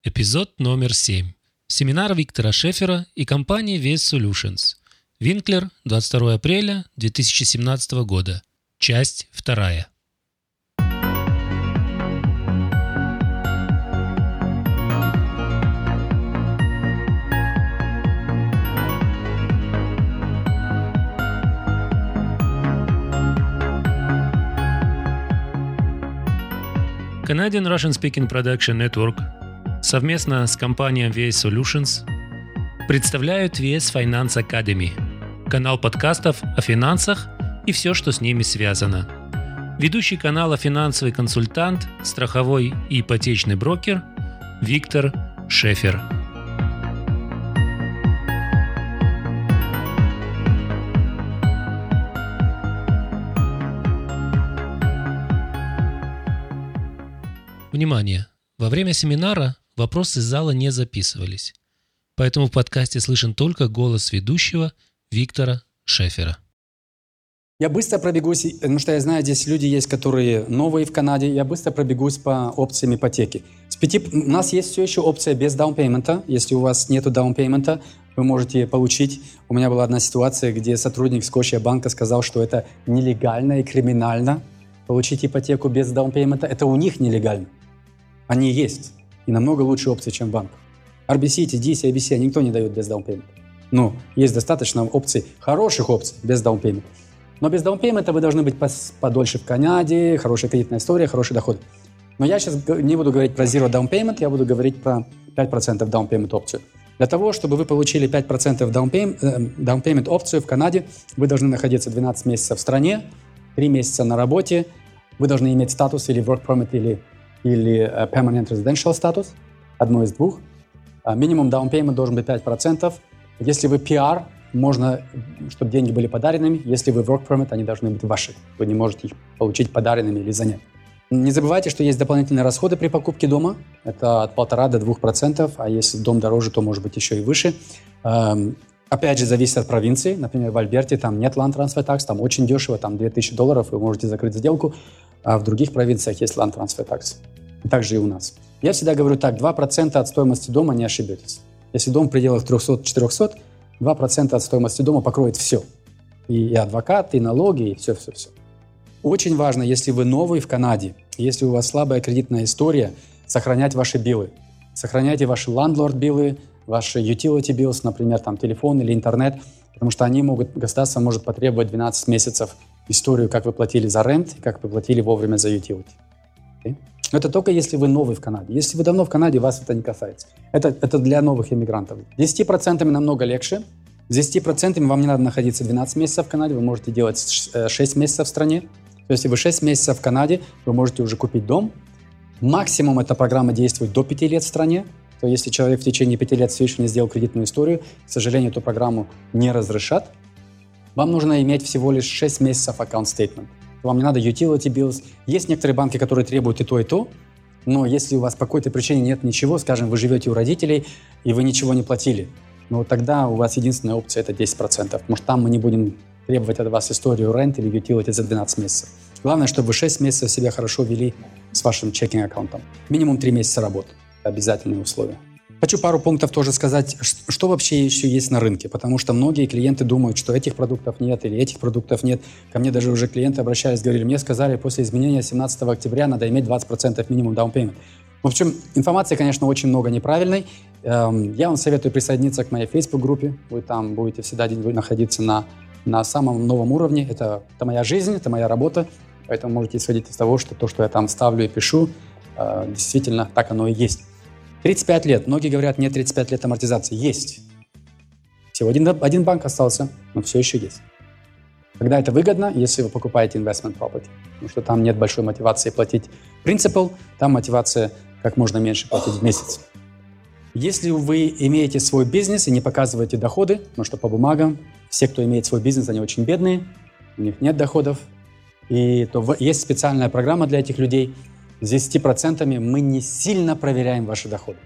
Эпизод номер 7. Семинар Виктора Шефера и компании VS Solutions. Винклер, 22 апреля 2017 года. Часть 2. Canadian Russian Speaking Production Network совместно с компанией VS Solutions представляют VS Finance Academy, канал подкастов о финансах и все, что с ними связано. Ведущий канала финансовый консультант, страховой и ипотечный брокер Виктор Шефер. Внимание! Во время семинара вопросы из зала не записывались, поэтому в подкасте слышен только голос ведущего Виктора Шефера. Я быстро пробегусь, потому что я знаю, здесь люди есть, которые новые в Канаде. Я быстро пробегусь по опциям ипотеки. У нас есть все еще опция без даунпеймента. Если у вас нет даунпеймента, вы можете получить. У меня была одна ситуация, где сотрудник Scotiabank сказал, что это нелегально и криминально получить ипотеку без даунпеймента. Это у них нелегально. Они есть. И намного лучше опции, чем банк. RBC, TD, CIBC никто не дает без даунпеймента. Но есть достаточно опций, хороших опций без даунпеймента. Но без даунпеймента вы должны быть подольше в Канаде, хорошая кредитная история, хороший доход. Но я сейчас не буду говорить про zero down payment, я буду говорить про 5% down payment опцию. Для того, чтобы вы получили 5% down payment опцию в Канаде, вы должны находиться 12 месяцев в стране, 3 месяца на работе, вы должны иметь статус или work permit, или permanent residential статус, одно из двух. Минимум down payment должен быть 5%. Если вы PR, можно, чтобы деньги были подаренными. Если вы work permit, они должны быть ваши. Вы не можете их получить подаренными или занять. Не забывайте, что есть дополнительные расходы при покупке дома. Это от 1,5 до 2%, а если дом дороже, то может быть еще и выше. Опять же, зависит от провинции. Например, в Альберте там нет land transfer tax, там очень дешево, там $2000, вы можете закрыть сделку. А в других провинциях есть land transfer tax. И также и у нас. Я всегда говорю так, 2% от стоимости дома не ошибетесь. Если дом в пределах 300-400, 2% от стоимости дома покроет все. И адвокат, и налоги, и все. Очень важно, если вы новый в Канаде, если у вас слабая кредитная история, сохранять ваши биллы. Сохраняйте ваши landlord-биллы, ваши utility bills, например, там, телефон или интернет, потому что государство может потребовать 12 месяцев историю, как вы платили за рент, и как вы платили вовремя за utility. Okay? Но это только если вы новый в Канаде. Если вы давно в Канаде, вас это не касается. Это для новых иммигрантов. 10% намного легче. С 10% вам не надо находиться 12 месяцев в Канаде, вы можете делать 6 месяцев в стране. То есть, если вы 6 месяцев в Канаде, вы можете уже купить дом. Максимум эта программа действует до 5 лет в стране. То если человек в течение 5 лет все еще не сделал кредитную историю, к сожалению, эту программу не разрешат. Вам нужно иметь всего лишь 6 месяцев account statement. Вам не надо utility bills. Есть некоторые банки, которые требуют и то, но если у вас по какой-то причине нет ничего, скажем, вы живете у родителей, и вы ничего не платили, ну тогда у вас единственная опция – это 10%, потому что там мы не будем требовать от вас историю rent или utility за 12 месяцев. Главное, чтобы вы 6 месяцев себя хорошо вели с вашим чекинг-аккаунтом. Минимум 3 месяца работы – это обязательные условия. Хочу пару пунктов тоже сказать, что вообще еще есть на рынке, потому что многие клиенты думают, что этих продуктов нет или этих продуктов нет. Ко мне даже уже клиенты обращались, говорили, мне сказали, после изменения 17 октября надо иметь 20% минимум down payment. В общем, информации, конечно, очень много неправильной. Я вам советую присоединиться к моей Facebook-группе. Вы там будете всегда находиться на самом новом уровне. Это моя жизнь, это моя работа, поэтому можете исходить из того, что то, что я там ставлю и пишу, действительно так оно и есть. 35 лет. Многие говорят, нет 35 лет амортизации. Есть. Всего один банк остался, но все еще есть. Когда это выгодно, если вы покупаете investment property, потому что там нет большой мотивации платить principal, там мотивация как можно меньше платить в месяц. Если вы имеете свой бизнес и не показываете доходы, потому что по бумагам все, кто имеет свой бизнес, они очень бедные, у них нет доходов, и то есть специальная программа для этих людей. С 10% мы не сильно проверяем ваши доходы.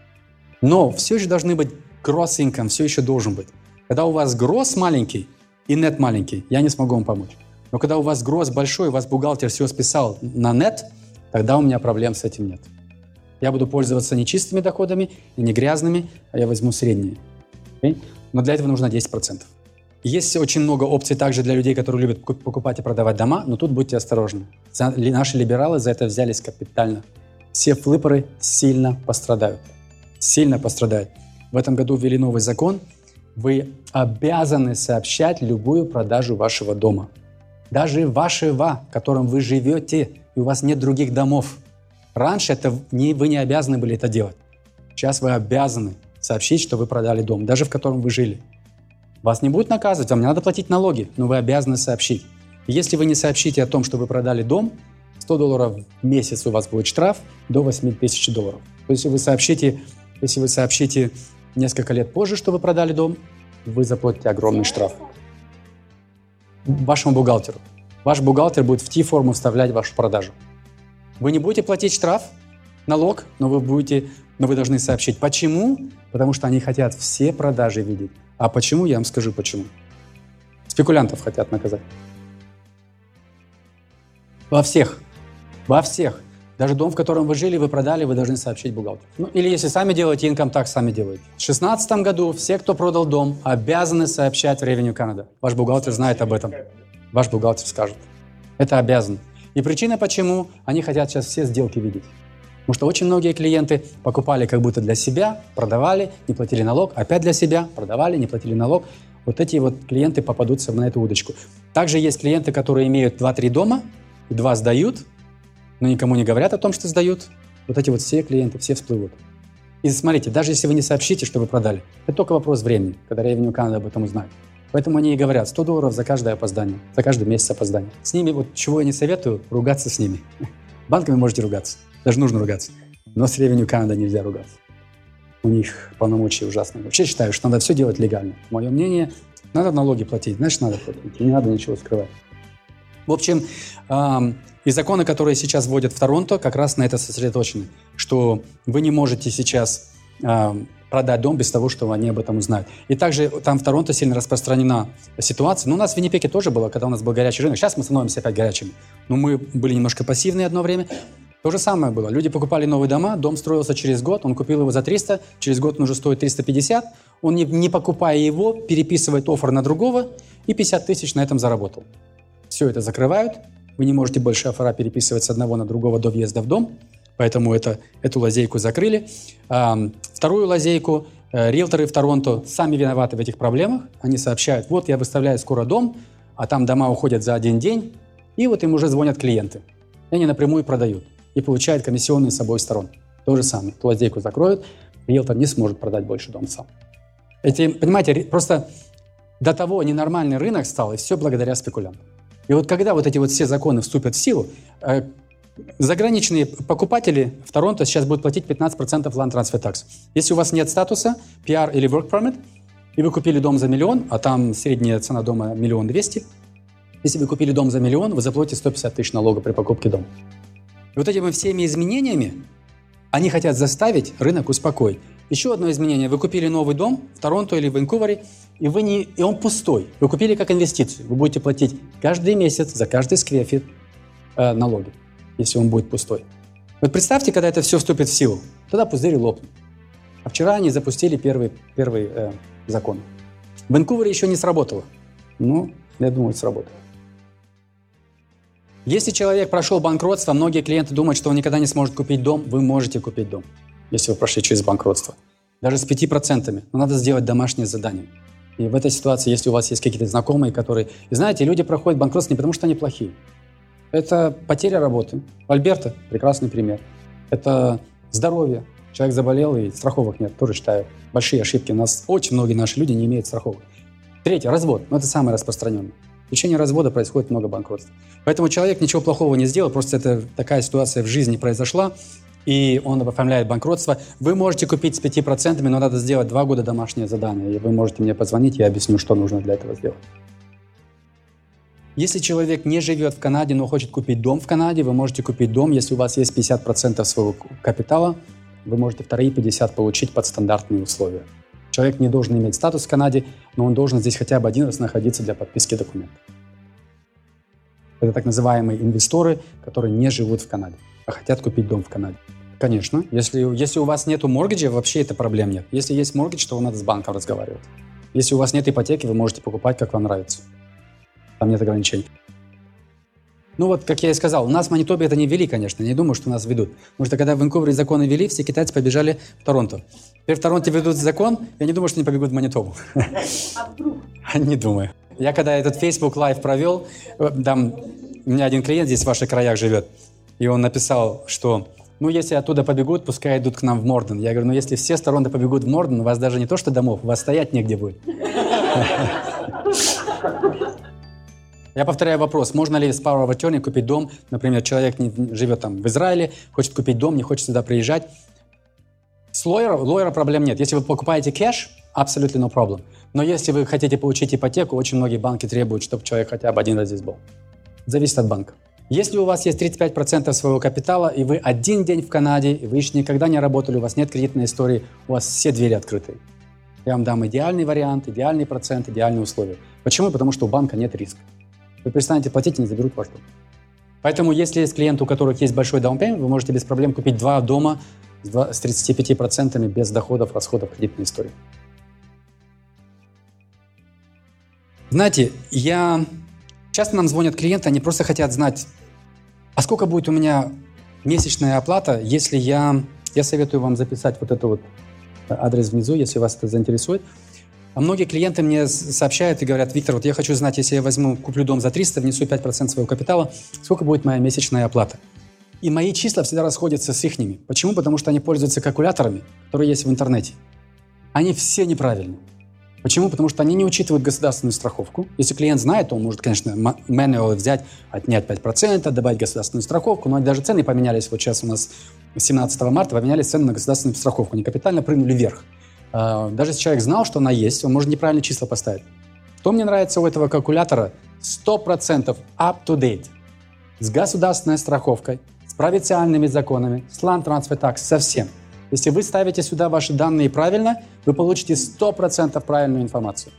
Но все еще должны быть gross income, все еще должен быть. Когда у вас gross маленький и net маленький, я не смогу вам помочь. Но когда у вас gross большой, у вас бухгалтер все списал на net, тогда у меня проблем с этим нет. Я буду пользоваться не чистыми доходами и не грязными, а я возьму средние. Okay? Но для этого нужно 10%. Есть очень много опций также для людей, которые любят покупать и продавать дома, но тут будьте осторожны. Наши либералы за это взялись капитально. Все флипперы сильно пострадают. Сильно пострадают. В этом году ввели новый закон. Вы обязаны сообщать любую продажу вашего дома. Даже вашего, в котором вы живете, и у вас нет других домов. Раньше вы не обязаны были это делать. Сейчас вы обязаны сообщить, что вы продали дом, даже в котором вы жили. Вас не будут наказывать, вам не надо платить налоги, но вы обязаны сообщить. И если вы не сообщите о том, что вы продали дом, $100 в месяц у вас будет штраф до $8000. То есть если вы сообщите несколько лет позже, что вы продали дом, вы заплатите огромный штраф. Вашему бухгалтеру. Ваш бухгалтер будет в T-форму вставлять вашу продажу. Вы не будете платить штраф, налог, но вы должны сообщить. Почему? Потому что они хотят все продажи видеть. А почему? Я вам скажу почему. Спекулянтов хотят наказать. Во всех. Даже дом, в котором вы жили, вы продали, вы должны сообщить бухгалтеру. Или если сами делаете income tax, сами делаете. В 2016 году все, кто продал дом, обязаны сообщать в Revenue Canada. Ваш бухгалтер знает об этом. Ваш бухгалтер скажет. Это обязан. И причина, почему они хотят сейчас все сделки видеть. Потому что очень многие клиенты покупали как будто для себя, продавали, не платили налог, опять для себя, продавали, не платили налог. Вот эти вот клиенты попадутся на эту удочку. Также есть клиенты, которые имеют 2-3 дома, 2 сдают, но никому не говорят о том, что сдают. Вот эти вот все клиенты, все всплывут. И смотрите, даже если вы не сообщите, что вы продали, это только вопрос времени, когда Revenue Canada об этом узнает. Поэтому они и говорят $100 за каждое опоздание, за каждый месяц опоздания. С ними, вот чего я не советую, ругаться с ними. Банками можете ругаться, даже нужно ругаться. Но с Revenue Canada нельзя ругаться. У них полномочия ужасные. Вообще считаю, что надо все делать легально. Мое мнение, надо налоги платить, значит, надо платить. Не надо ничего скрывать. В общем, и законы, которые сейчас вводят в Торонто, как раз на это сосредоточены. Что вы не можете сейчас продать дом без того, что они об этом узнают. И также там в Торонто сильно распространена ситуация. Ну, у нас в Виннипеге тоже было, когда у нас был горячий рынок. Сейчас мы становимся опять горячими. Но мы были немножко пассивные одно время. То же самое было. Люди покупали новые дома, дом строился через год, он купил его за 300, через год он уже стоит 350. Он, не покупая его, переписывает оффер на другого и 50 тысяч на этом заработал. Все это закрывают. Вы не можете больше оффера переписывать с одного на другого до въезда в дом. Поэтому эту лазейку закрыли. Вторую лазейку риэлторы в Торонто сами виноваты в этих проблемах. Они сообщают, вот я выставляю скоро дом, а там дома уходят за один день, и вот им уже звонят клиенты. И они напрямую продают и получают комиссионные с обоих сторон. То же самое. Эту лазейку закроют, риэлтор не сможет продать больше дом сам. Понимаете, просто до того ненормальный рынок стал, и все благодаря спекулянтам. И вот когда вот эти вот все законы вступят в силу, заграничные покупатели в Торонто сейчас будут платить 15% Land Transfer Tax. Если у вас нет статуса, PR или Work Permit, и вы купили дом за $1 миллион, а там средняя цена дома $1 200 000, если вы купили дом за $1 миллион, вы заплатите 150 тысяч налога при покупке дома. И вот этими всеми изменениями они хотят заставить рынок успокоить. Еще одно изменение. Вы купили новый дом в Торонто или в Ванкувере, и он пустой. Вы купили как инвестицию. Вы будете платить каждый месяц за каждый сквер-фит налоги, если он будет пустой. Вот представьте, когда это все вступит в силу, тогда пузыри лопнут. А вчера они запустили первый закон. В Ванкувере еще не сработало. Ну, я думаю, сработало. Если человек прошел банкротство, многие клиенты думают, что он никогда не сможет купить дом. Вы можете купить дом, если вы прошли через банкротство. Даже с 5%. Но надо сделать домашнее задание. И в этой ситуации, если у вас есть какие-то знакомые, которые... И знаете, люди проходят банкротство не потому, что они плохие. Это потеря работы. Альберта – прекрасный пример. Это здоровье. Человек заболел, и страховок нет. Тоже считаю большие ошибки. У нас очень многие наши люди не имеют страховок. Третье – развод. Это самое распространенное. В течение развода происходит много банкротств. Поэтому человек ничего плохого не сделал, просто это такая ситуация в жизни произошла, и он оформляет банкротство. Вы можете купить с 5%, но надо сделать 2 года домашнее задание. И вы можете мне позвонить, я объясню, что нужно для этого сделать. Если человек не живет в Канаде, но хочет купить дом в Канаде, вы можете купить дом, если у вас есть 50% своего капитала, вы можете вторые 50% получить под стандартные условия. Человек не должен иметь статус в Канаде, но он должен здесь хотя бы один раз находиться для подписки документов. Это так называемые инвесторы, которые не живут в Канаде, а хотят купить дом в Канаде. Конечно. Если у вас нету моргиджа, вообще это проблем нет. Если есть моргидж, то надо с банком разговаривать. Если у вас нет ипотеки, вы можете покупать, как вам нравится. Там нет ограничений. Ну вот, как я и сказал, у нас в Манитобе это не ввели, конечно. Не думаю, что нас ведут. Потому что когда в Ванкувере законы ввели, все китайцы побежали в Торонто. Теперь в Торонто ведут закон, я не думаю, что они побегут в Манитобу. Не думаю. Я когда этот Facebook Live провел, там у меня один клиент здесь в ваших краях живет, и он написал, что если оттуда побегут, пускай идут к нам в Морден. Я говорю, если все с Торонто побегут в Морден, у вас даже не то, что домов, у вас стоять негде будет. Я повторяю вопрос, можно ли с Power of Attorney купить дом, например, человек живет там в Израиле, хочет купить дом, не хочет сюда приезжать. С лойера проблем нет. Если вы покупаете кэш, абсолютно no problem. Но если вы хотите получить ипотеку, очень многие банки требуют, чтобы человек хотя бы один раз здесь был. Зависит от банка. Если у вас есть 35% своего капитала, и вы один день в Канаде, и вы еще никогда не работали, у вас нет кредитной истории, у вас все двери открыты. Я вам дам идеальный вариант, идеальный процент, идеальные условия. Почему? Потому что у банка нет риска. Вы перестанете платить и не заберут ваш дом. Поэтому, если есть клиенты, у которых есть большой даунпеймент, вы можете без проблем купить 2 дома с 35% без доходов, расходов кредитной истории. Знаете, часто нам звонят клиенты, они просто хотят знать, а сколько будет у меня месячная оплата, если я советую вам записать вот этот вот адрес внизу, если вас это заинтересует. А многие клиенты мне сообщают и говорят, Виктор, вот я хочу знать, если я куплю дом за 300, внесу 5% своего капитала, сколько будет моя месячная оплата? И мои числа всегда расходятся с ихними. Почему? Потому что они пользуются калькуляторами, которые есть в интернете. Они все неправильные. Почему? Потому что они не учитывают государственную страховку. Если клиент знает, то он может, конечно, manual взять, отнять 5%, добавить государственную страховку, но даже цены поменялись. Вот сейчас у нас 17 марта поменялись цены на государственную страховку. Они капитально прыгнули вверх. Даже если человек знал, что она есть, он может неправильные числа поставить. Что мне нравится у этого калькулятора? 100% up-to-date. С государственной страховкой, с провинциальными законами, с land transfer tax, со всем. Если вы ставите сюда ваши данные правильно, вы получите 100% правильную информацию.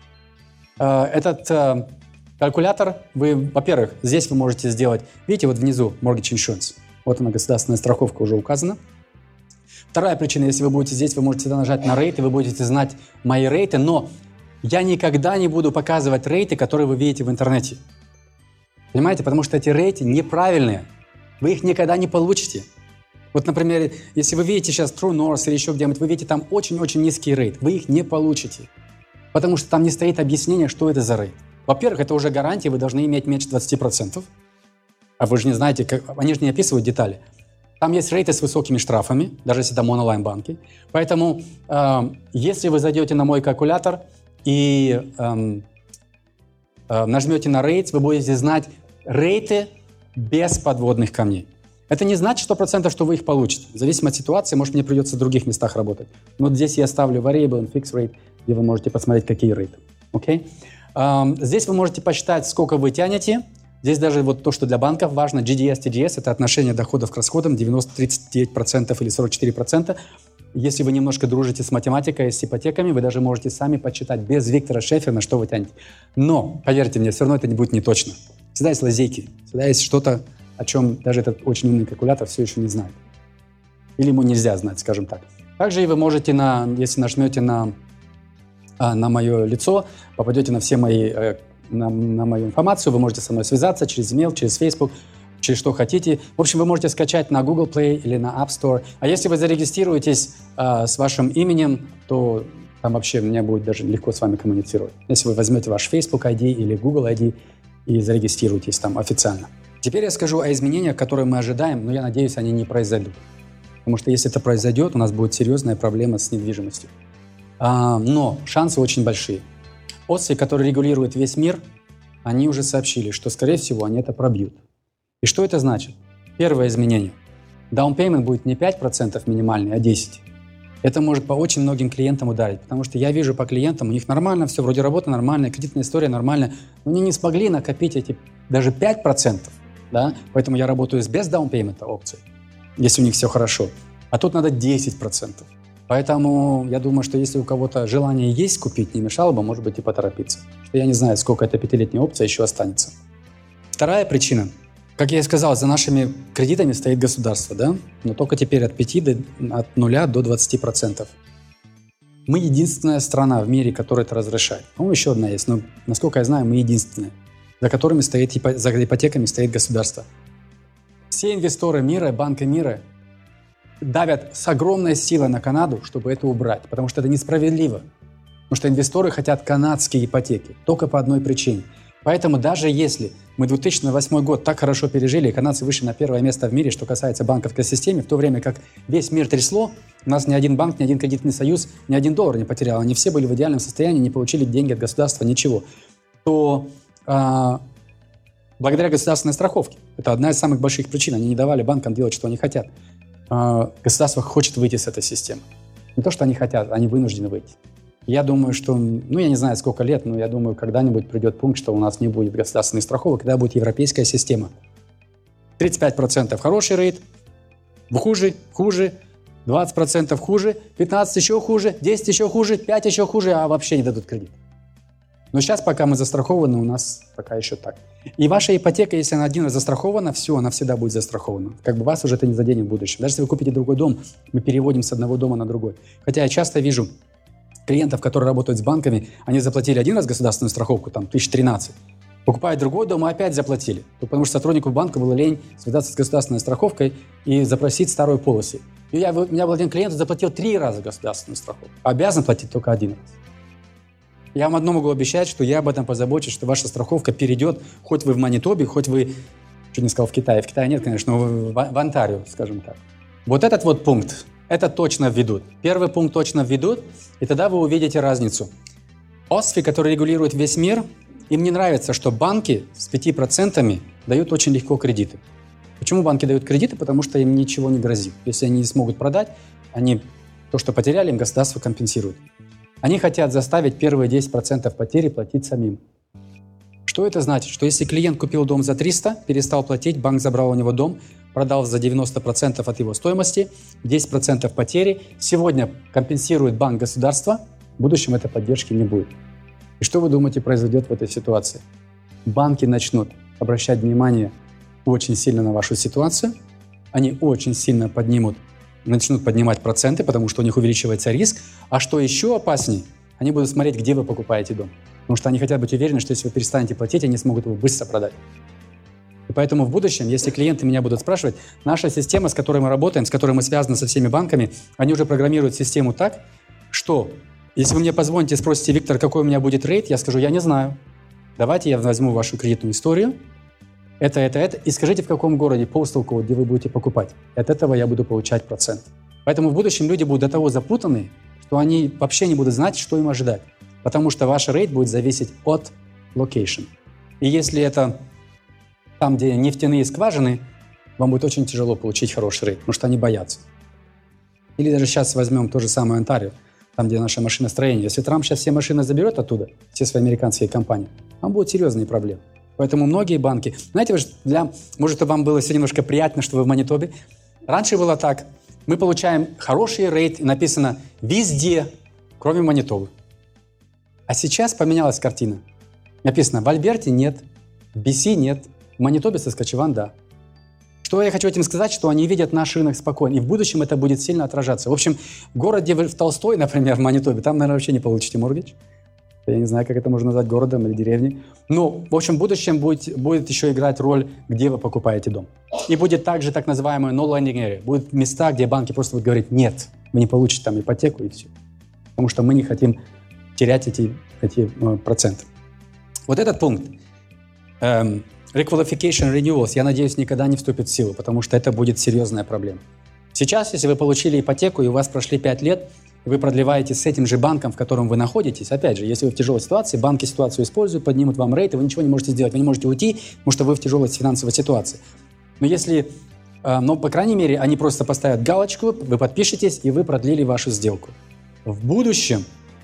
Этот калькулятор, во-первых, здесь вы можете сделать, видите, вот внизу Mortgage Insurance. Вот она, государственная страховка уже указана. Вторая причина, если вы будете здесь, вы можете всегда нажать на рейты, вы будете знать мои рейты, но я никогда не буду показывать рейты, которые вы видите в интернете. Понимаете? Потому что эти рейты неправильные. Вы их никогда не получите. Вот, например, если вы видите сейчас True North или еще где-нибудь, вы видите там очень-очень низкий рейт. Вы их не получите. Потому что там не стоит объяснение, что это за рейт. Во-первых, это уже гарантия, вы должны иметь меньше 20%. А вы же не знаете, они же не описывают детали. Там есть рейты с высокими штрафами, даже если это монолайн-банки. Поэтому, если вы зайдете на мой калькулятор и нажмете на рейт, вы будете знать рейты без подводных камней. Это не значит 100%, что вы их получите. В зависимости от ситуации, может, мне придется в других местах работать. Но вот здесь я ставлю variable and fixed rate, где вы можете посмотреть, какие рейты. Okay? Здесь вы можете посчитать, сколько вы тянете. Здесь даже вот то, что для банков важно, GDS, TDS, это отношение доходов к расходам, 39% или 44%. Если вы немножко дружите с математикой, с ипотеками, вы даже можете сами подсчитать без Виктора Шефера, на что вы тянете. Но, поверьте мне, все равно это не будет не точно. Всегда есть лазейки, всегда есть что-то, о чем даже этот очень умный калькулятор все еще не знает. Или ему нельзя знать, скажем так. Также и вы можете, если нажмете на мое лицо, попадете на все мои... На мою информацию, вы можете со мной связаться через email, через Facebook, через что хотите. В общем, вы можете скачать на Google Play или на App Store. А если вы зарегистрируетесь с вашим именем, то там вообще мне будет даже легко с вами коммуницировать. Если вы возьмете ваш Facebook ID или Google ID и зарегистрируетесь там официально. Теперь я скажу о изменениях, которые мы ожидаем, но я надеюсь, они не произойдут. Потому что если это произойдет, у нас будет серьезная проблема с недвижимостью. Но шансы очень большие. OSFI, который регулирует весь мир, они уже сообщили, что, скорее всего, они это пробьют. И что это значит? Первое изменение. Down payment будет не 5% минимальный, а 10%. Это может по очень многим клиентам ударить, потому что я вижу по клиентам, у них нормально все, вроде работа нормальная, кредитная история нормальная, но они не смогли накопить эти даже 5%, да? Поэтому я работаю с без down payment опцией, если у них все хорошо. А тут надо 10%. Поэтому я думаю, что если у кого-то желание есть купить, не мешало бы, может быть, и поторопиться. Что я не знаю, сколько эта 5-летняя опция еще останется. Вторая причина, Как я и сказал, за нашими кредитами стоит государство, да? Но только теперь от 0 до 20%. Мы единственная страна в мире, которая это разрешает. По-моему, еще одна есть, но, насколько я знаю, мы единственные, за ипотеками стоит государство. Все инвесторы мира, банки мира давят с огромной силой на Канаду, чтобы это убрать, потому что это несправедливо. Потому что инвесторы хотят канадские ипотеки только по одной причине. Поэтому даже если мы 2008 год так хорошо пережили, и канадцы вышли на первое место в мире, что касается банковской системы, в то время как весь мир трясло, у нас ни один банк, ни один кредитный союз, ни один доллар не потерял, они все были в идеальном состоянии, не получили деньги от государства, ничего, то благодаря государственной страховке, это одна из самых больших причин, они не давали банкам делать, что они хотят. Государство хочет выйти с этой системы. Не то, что они хотят, они вынуждены выйти. Я думаю, что, я не знаю, сколько лет, но я думаю, когда-нибудь придет пункт, что у нас не будет государственных страховок, когда будет европейская система. 35% хороший рейд, хуже, 20% хуже, 15% еще хуже, 10% еще хуже, 5% еще хуже, а вообще не дадут кредит. Но сейчас, пока мы застрахованы, у нас пока еще так. И ваша ипотека, если она один раз застрахована, все, она всегда будет застрахована. Как бы вас уже это не заденет в будущем. Даже если вы купите другой дом, мы переводим с одного дома на другой. Хотя я часто вижу клиентов, которые работают с банками, они заплатили один раз государственную страховку, там, 1013, покупают другой дом и опять заплатили. Потому что сотруднику банка было лень связаться с государственной страховкой и запросить старую полоси. И у меня был один клиент, заплатил 3 раза государственную страховку, а обязан платить только 1 раз. Я вам одно могу обещать, что я об этом позабочусь, что ваша страховка перейдет, хоть вы в Манитобе, хоть вы, чуть не сказал, в Китае. В Китае нет, конечно, но в Онтарио, скажем так. Вот этот вот пункт, это точно введут. Первый пункт точно введут, и тогда вы увидите разницу. OSFI, который регулирует весь мир, им не нравится, что банки с 5% дают очень легко кредиты. Почему банки дают кредиты? Потому что им ничего не грозит. Если они не смогут продать, они то, что потеряли, им государство компенсирует. Они хотят заставить первые 10% потери платить самим. Что это значит? Что если клиент купил дом за 300, перестал платить, банк забрал у него дом, продал за 90% от его стоимости, 10% потери, сегодня компенсирует банк государства, в будущем этой поддержки не будет. И что вы думаете произойдет в этой ситуации? Банки начнут обращать внимание очень сильно на вашу ситуацию, они очень сильно начнут поднимать проценты, потому что у них увеличивается риск. А что еще опаснее, они будут смотреть, где вы покупаете дом. Потому что они хотят быть уверены, что если вы перестанете платить, они смогут его быстро продать. И поэтому в будущем, если клиенты меня будут спрашивать, наша система, с которой мы работаем, с которой мы связаны со всеми банками, они уже программируют систему так, что если вы мне позвоните и спросите: Виктор, какой у меня будет рейт, я скажу: я не знаю. Давайте я возьму вашу кредитную историю, это, и скажите, в каком городе, postal code, где вы будете покупать. И от этого я буду получать процент. Поэтому в будущем люди будут до того запутаны, что они вообще не будут знать, что им ожидать. Потому что ваш рейт будет зависеть от location. И если это там, где нефтяные скважины, вам будет очень тяжело получить хороший рейт, потому что они боятся. Или даже сейчас возьмем то же самое Онтарио, там, где наше машиностроение. Если Трамп сейчас все машины заберет оттуда, все свои американские компании, там будут серьезные проблемы. Поэтому многие банки... Знаете, может, вам было все немножко приятно, что вы в Манитобе. Раньше было так. Мы получаем хороший рейт, и написано везде, кроме Манитобы. А сейчас поменялась картина. Написано: в Альберте нет, в BC нет, в Манитобе, Саскачеван, да. Что я хочу этим сказать, что они видят наш рынок спокойно, и в будущем это будет сильно отражаться. В общем, в городе в Толстой, например, в Манитобе, там, наверное, вообще не получите моргидж. Я не знаю, как это можно назвать, городом или деревней. Но, в общем, в будущем будет еще играть роль, где вы покупаете дом. И будет также так называемая no lending area. Будут места, где банки просто будут говорить: нет, вы не получите там ипотеку, и все. Потому что мы не хотим терять эти проценты. Вот этот пункт, requalification renewals, я надеюсь, никогда не вступит в силу, потому что это будет серьезная проблема. Сейчас, если вы получили ипотеку, и у вас прошли 5 лет, вы продлеваете с этим же банком, в котором вы находитесь. Опять же, если вы в тяжелой ситуации, банки ситуацию используют, поднимут вам рейт, и вы ничего не можете сделать. Вы не можете уйти, потому что вы в тяжелой финансовой ситуации. Но по крайней мере, они просто поставят галочку, вы подпишетесь, и вы продлили вашу сделку. В будущем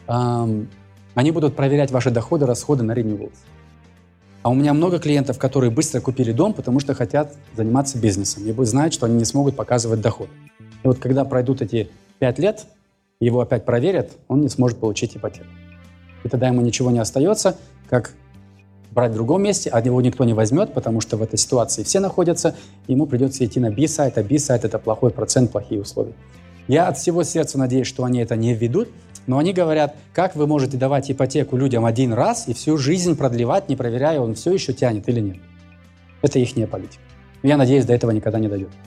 они будут проверять ваши доходы, расходы на renewals. А у меня много клиентов, которые быстро купили дом, потому что хотят заниматься бизнесом. И знают, что они не смогут показывать доход. И вот когда пройдут эти 5 лет, его опять проверят, он не сможет получить ипотеку. И тогда ему ничего не остается, как брать в другом месте, а его никто не возьмет, потому что в этой ситуации все находятся, ему придется идти на B-сайт, а B-сайт — это плохой процент, плохие условия. Я от всего сердца надеюсь, что они это не введут, но они говорят, как вы можете давать ипотеку людям один раз и всю жизнь продлевать, не проверяя, он все еще тянет или нет. Это ихняя политика. Я надеюсь, до этого никогда не дойдет.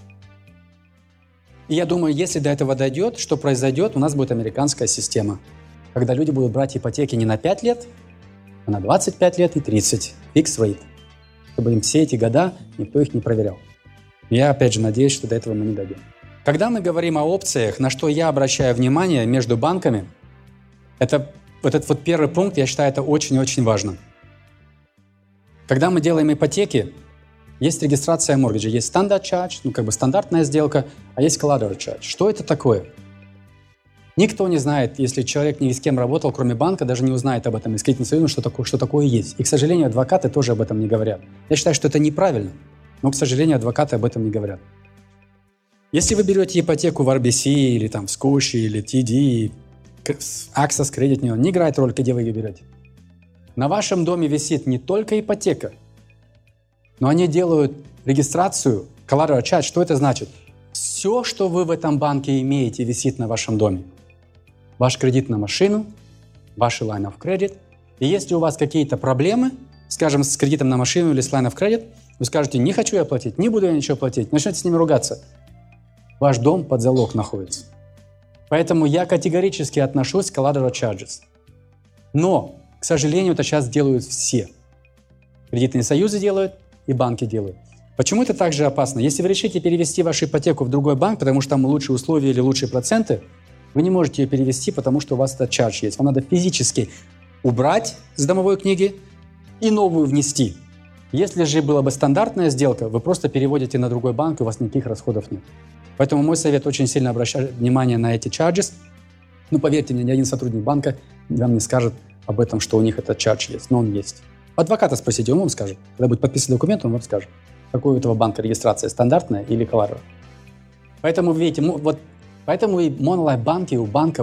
И я думаю, если до этого дойдет, что произойдет, у нас будет американская система, когда люди будут брать ипотеки не на 5 лет, а на 25 лет и 30. Fixed rate. Чтобы им все эти года никто их не проверял. Я, опять же, надеюсь, что до этого мы не дойдем. Когда мы говорим о опциях, на что я обращаю внимание между банками, это вот этот вот первый пункт, я считаю, это очень-очень важно. Когда мы делаем ипотеки, есть регистрация моргиджа, есть standard charge, как бы стандартная сделка, а есть collateral charge. Что это такое? Никто не знает, если человек ни с кем работал, кроме банка, даже не узнает об этом из кредитного союза, что такое есть. И, к сожалению, адвокаты тоже об этом не говорят. Я считаю, что это неправильно, но, к сожалению, адвокаты об этом не говорят. Если вы берете ипотеку в RBC или там в Scotia или TD, Access Credit Union, не играет роль, где вы ее берете. На вашем доме висит не только ипотека, но они делают регистрацию, collateral charge. Что это значит? Все, что вы в этом банке имеете, висит на вашем доме. Ваш кредит на машину, ваш line of credit. И если у вас какие-то проблемы, скажем, с кредитом на машину или с line of credit, вы скажете, не хочу я платить, не буду я ничего платить, начнете с ними ругаться. Ваш дом под залог находится. Поэтому я категорически отношусь к collateral charges. Но, к сожалению, это сейчас делают все. Кредитные союзы делают и банки делают. Почему это так же опасно? Если вы решите перевести вашу ипотеку в другой банк, потому что там лучшие условия или лучшие проценты, вы не можете ее перевести, потому что у вас этот чардж есть. Вам надо физически убрать с домовой книги и новую внести. Если же была бы стандартная сделка, вы просто переводите на другой банк, и у вас никаких расходов нет. Поэтому мой совет очень сильно обращать внимание на эти charges. Ну, поверьте мне, ни один сотрудник банка вам не скажет об этом, что у них этот чардж есть, но он есть. Адвоката спросите, он вам скажет. Когда будет подписан документ, он вам скажет, какой у этого банка регистрация, стандартная или collateral. Поэтому, видите, поэтому и монолайф банки у банков,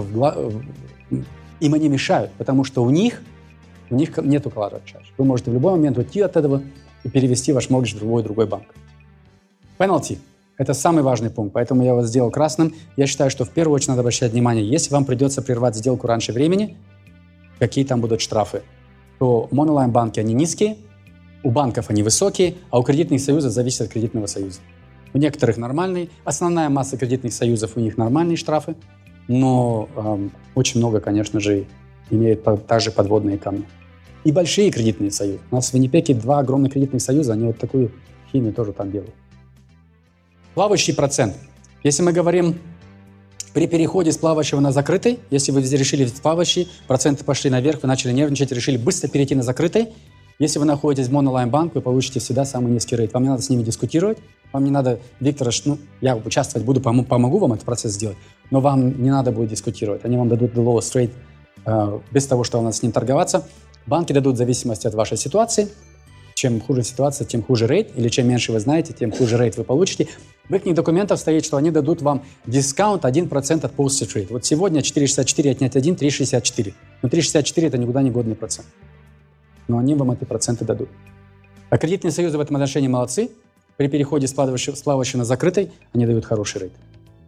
им они мешают, потому что у них нету collateral charge. Вы можете в любой момент уйти от этого и перевести ваш моргидж в другой банк. Penalty – это самый важный пункт, поэтому я его сделал красным. Я считаю, что в первую очередь надо обращать внимание, если вам придется прервать сделку раньше времени, какие там будут штрафы, то монолайн банки, они низкие, у банков они высокие, а у кредитных союзов зависит от кредитного союза. У некоторых нормальные, основная масса кредитных союзов, у них нормальные штрафы, но очень много, конечно же, имеют также подводные камни. И большие кредитные союзы. У нас в Виннипеге 2 огромных кредитных союза, они вот такую химию тоже там делают. Плавающий процент. Если мы говорим при переходе с плавающего на закрытый, если вы решили в плавающий, проценты пошли наверх, вы начали нервничать, решили быстро перейти на закрытый, если вы находитесь в монолайн банк, вы получите всегда самый низкий рейт. Вам не надо с ними дискутировать, вам не надо, Виктор, я участвовать буду, помогу вам этот процесс сделать, но вам не надо будет дискутировать. Они вам дадут the lowest rate без того, что у нас с ним торговаться. Банки дадут в зависимости от вашей ситуации. Чем хуже ситуация, тем хуже рейт, или чем меньше вы знаете, тем хуже рейт вы получите. В их документах стоит, что они дадут вам дискаунт 1% от posted rate. Вот сегодня 4,64 отнять 1, 3,64. Но 3,64 это никуда не годный процент. Но они вам эти проценты дадут. А кредитные союзы в этом отношении молодцы. При переходе с плавающего на закрытый они дают хороший рейт.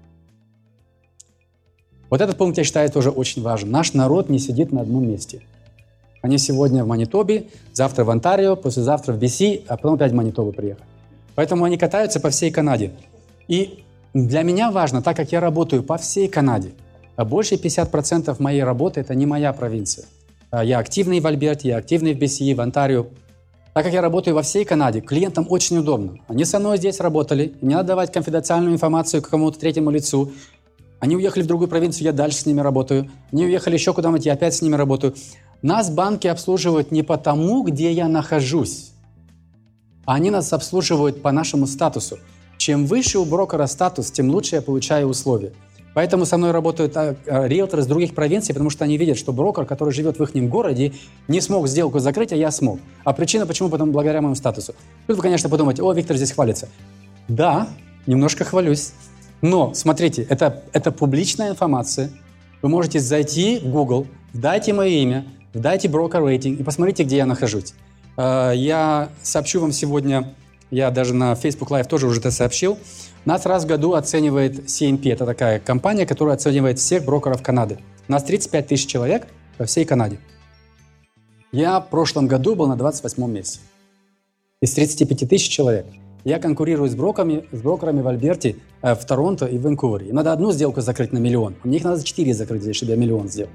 Вот этот пункт, я считаю, тоже очень важен. Наш народ не сидит на одном месте. Они сегодня в Манитобе, завтра в Онтарио, послезавтра в BC, а потом опять в Манитобу приехали. Поэтому они катаются по всей Канаде. И для меня важно, так как я работаю по всей Канаде, а больше 50% моей работы – это не моя провинция. Я активный в Альберте, я активный в BC, в Онтарио. Так как я работаю во всей Канаде, клиентам очень удобно. Они со мной здесь работали, мне надо давать конфиденциальную информацию какому-то третьему лицу. Они уехали в другую провинцию, я дальше с ними работаю. Они уехали еще куда-нибудь, я опять с ними работаю. Нас банки обслуживают не потому, где я нахожусь, а они нас обслуживают по нашему статусу. Чем выше у брокера статус, тем лучше я получаю условия. Поэтому со мной работают риэлторы из других провинций, потому что они видят, что брокер, который живет в их городе, не смог сделку закрыть, а я смог. А причина почему? Потому благодаря моему статусу. Тут вы, конечно, подумаете, о, Виктор здесь хвалится. Да, немножко хвалюсь. Но, смотрите, это публичная информация. Вы можете зайти в Google, вдайте мое имя, вдайте брокер рейтинг и посмотрите, где я нахожусь. Я сообщу вам сегодня, я даже на Facebook Live тоже уже это сообщил, нас раз в году оценивает CNP. Это такая компания, которая оценивает всех брокеров Канады. У нас 35 тысяч человек во всей Канаде. Я в прошлом году был на 28-м месте. Из 35 тысяч человек. Я конкурирую с брокерами в Альберте, в Торонто и в Ванкувере. Им надо одну сделку закрыть на миллион. Мне их надо 4 закрыть здесь, чтобы я миллион сделал.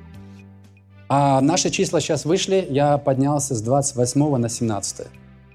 А наши числа сейчас вышли, я поднялся с 28 на 17.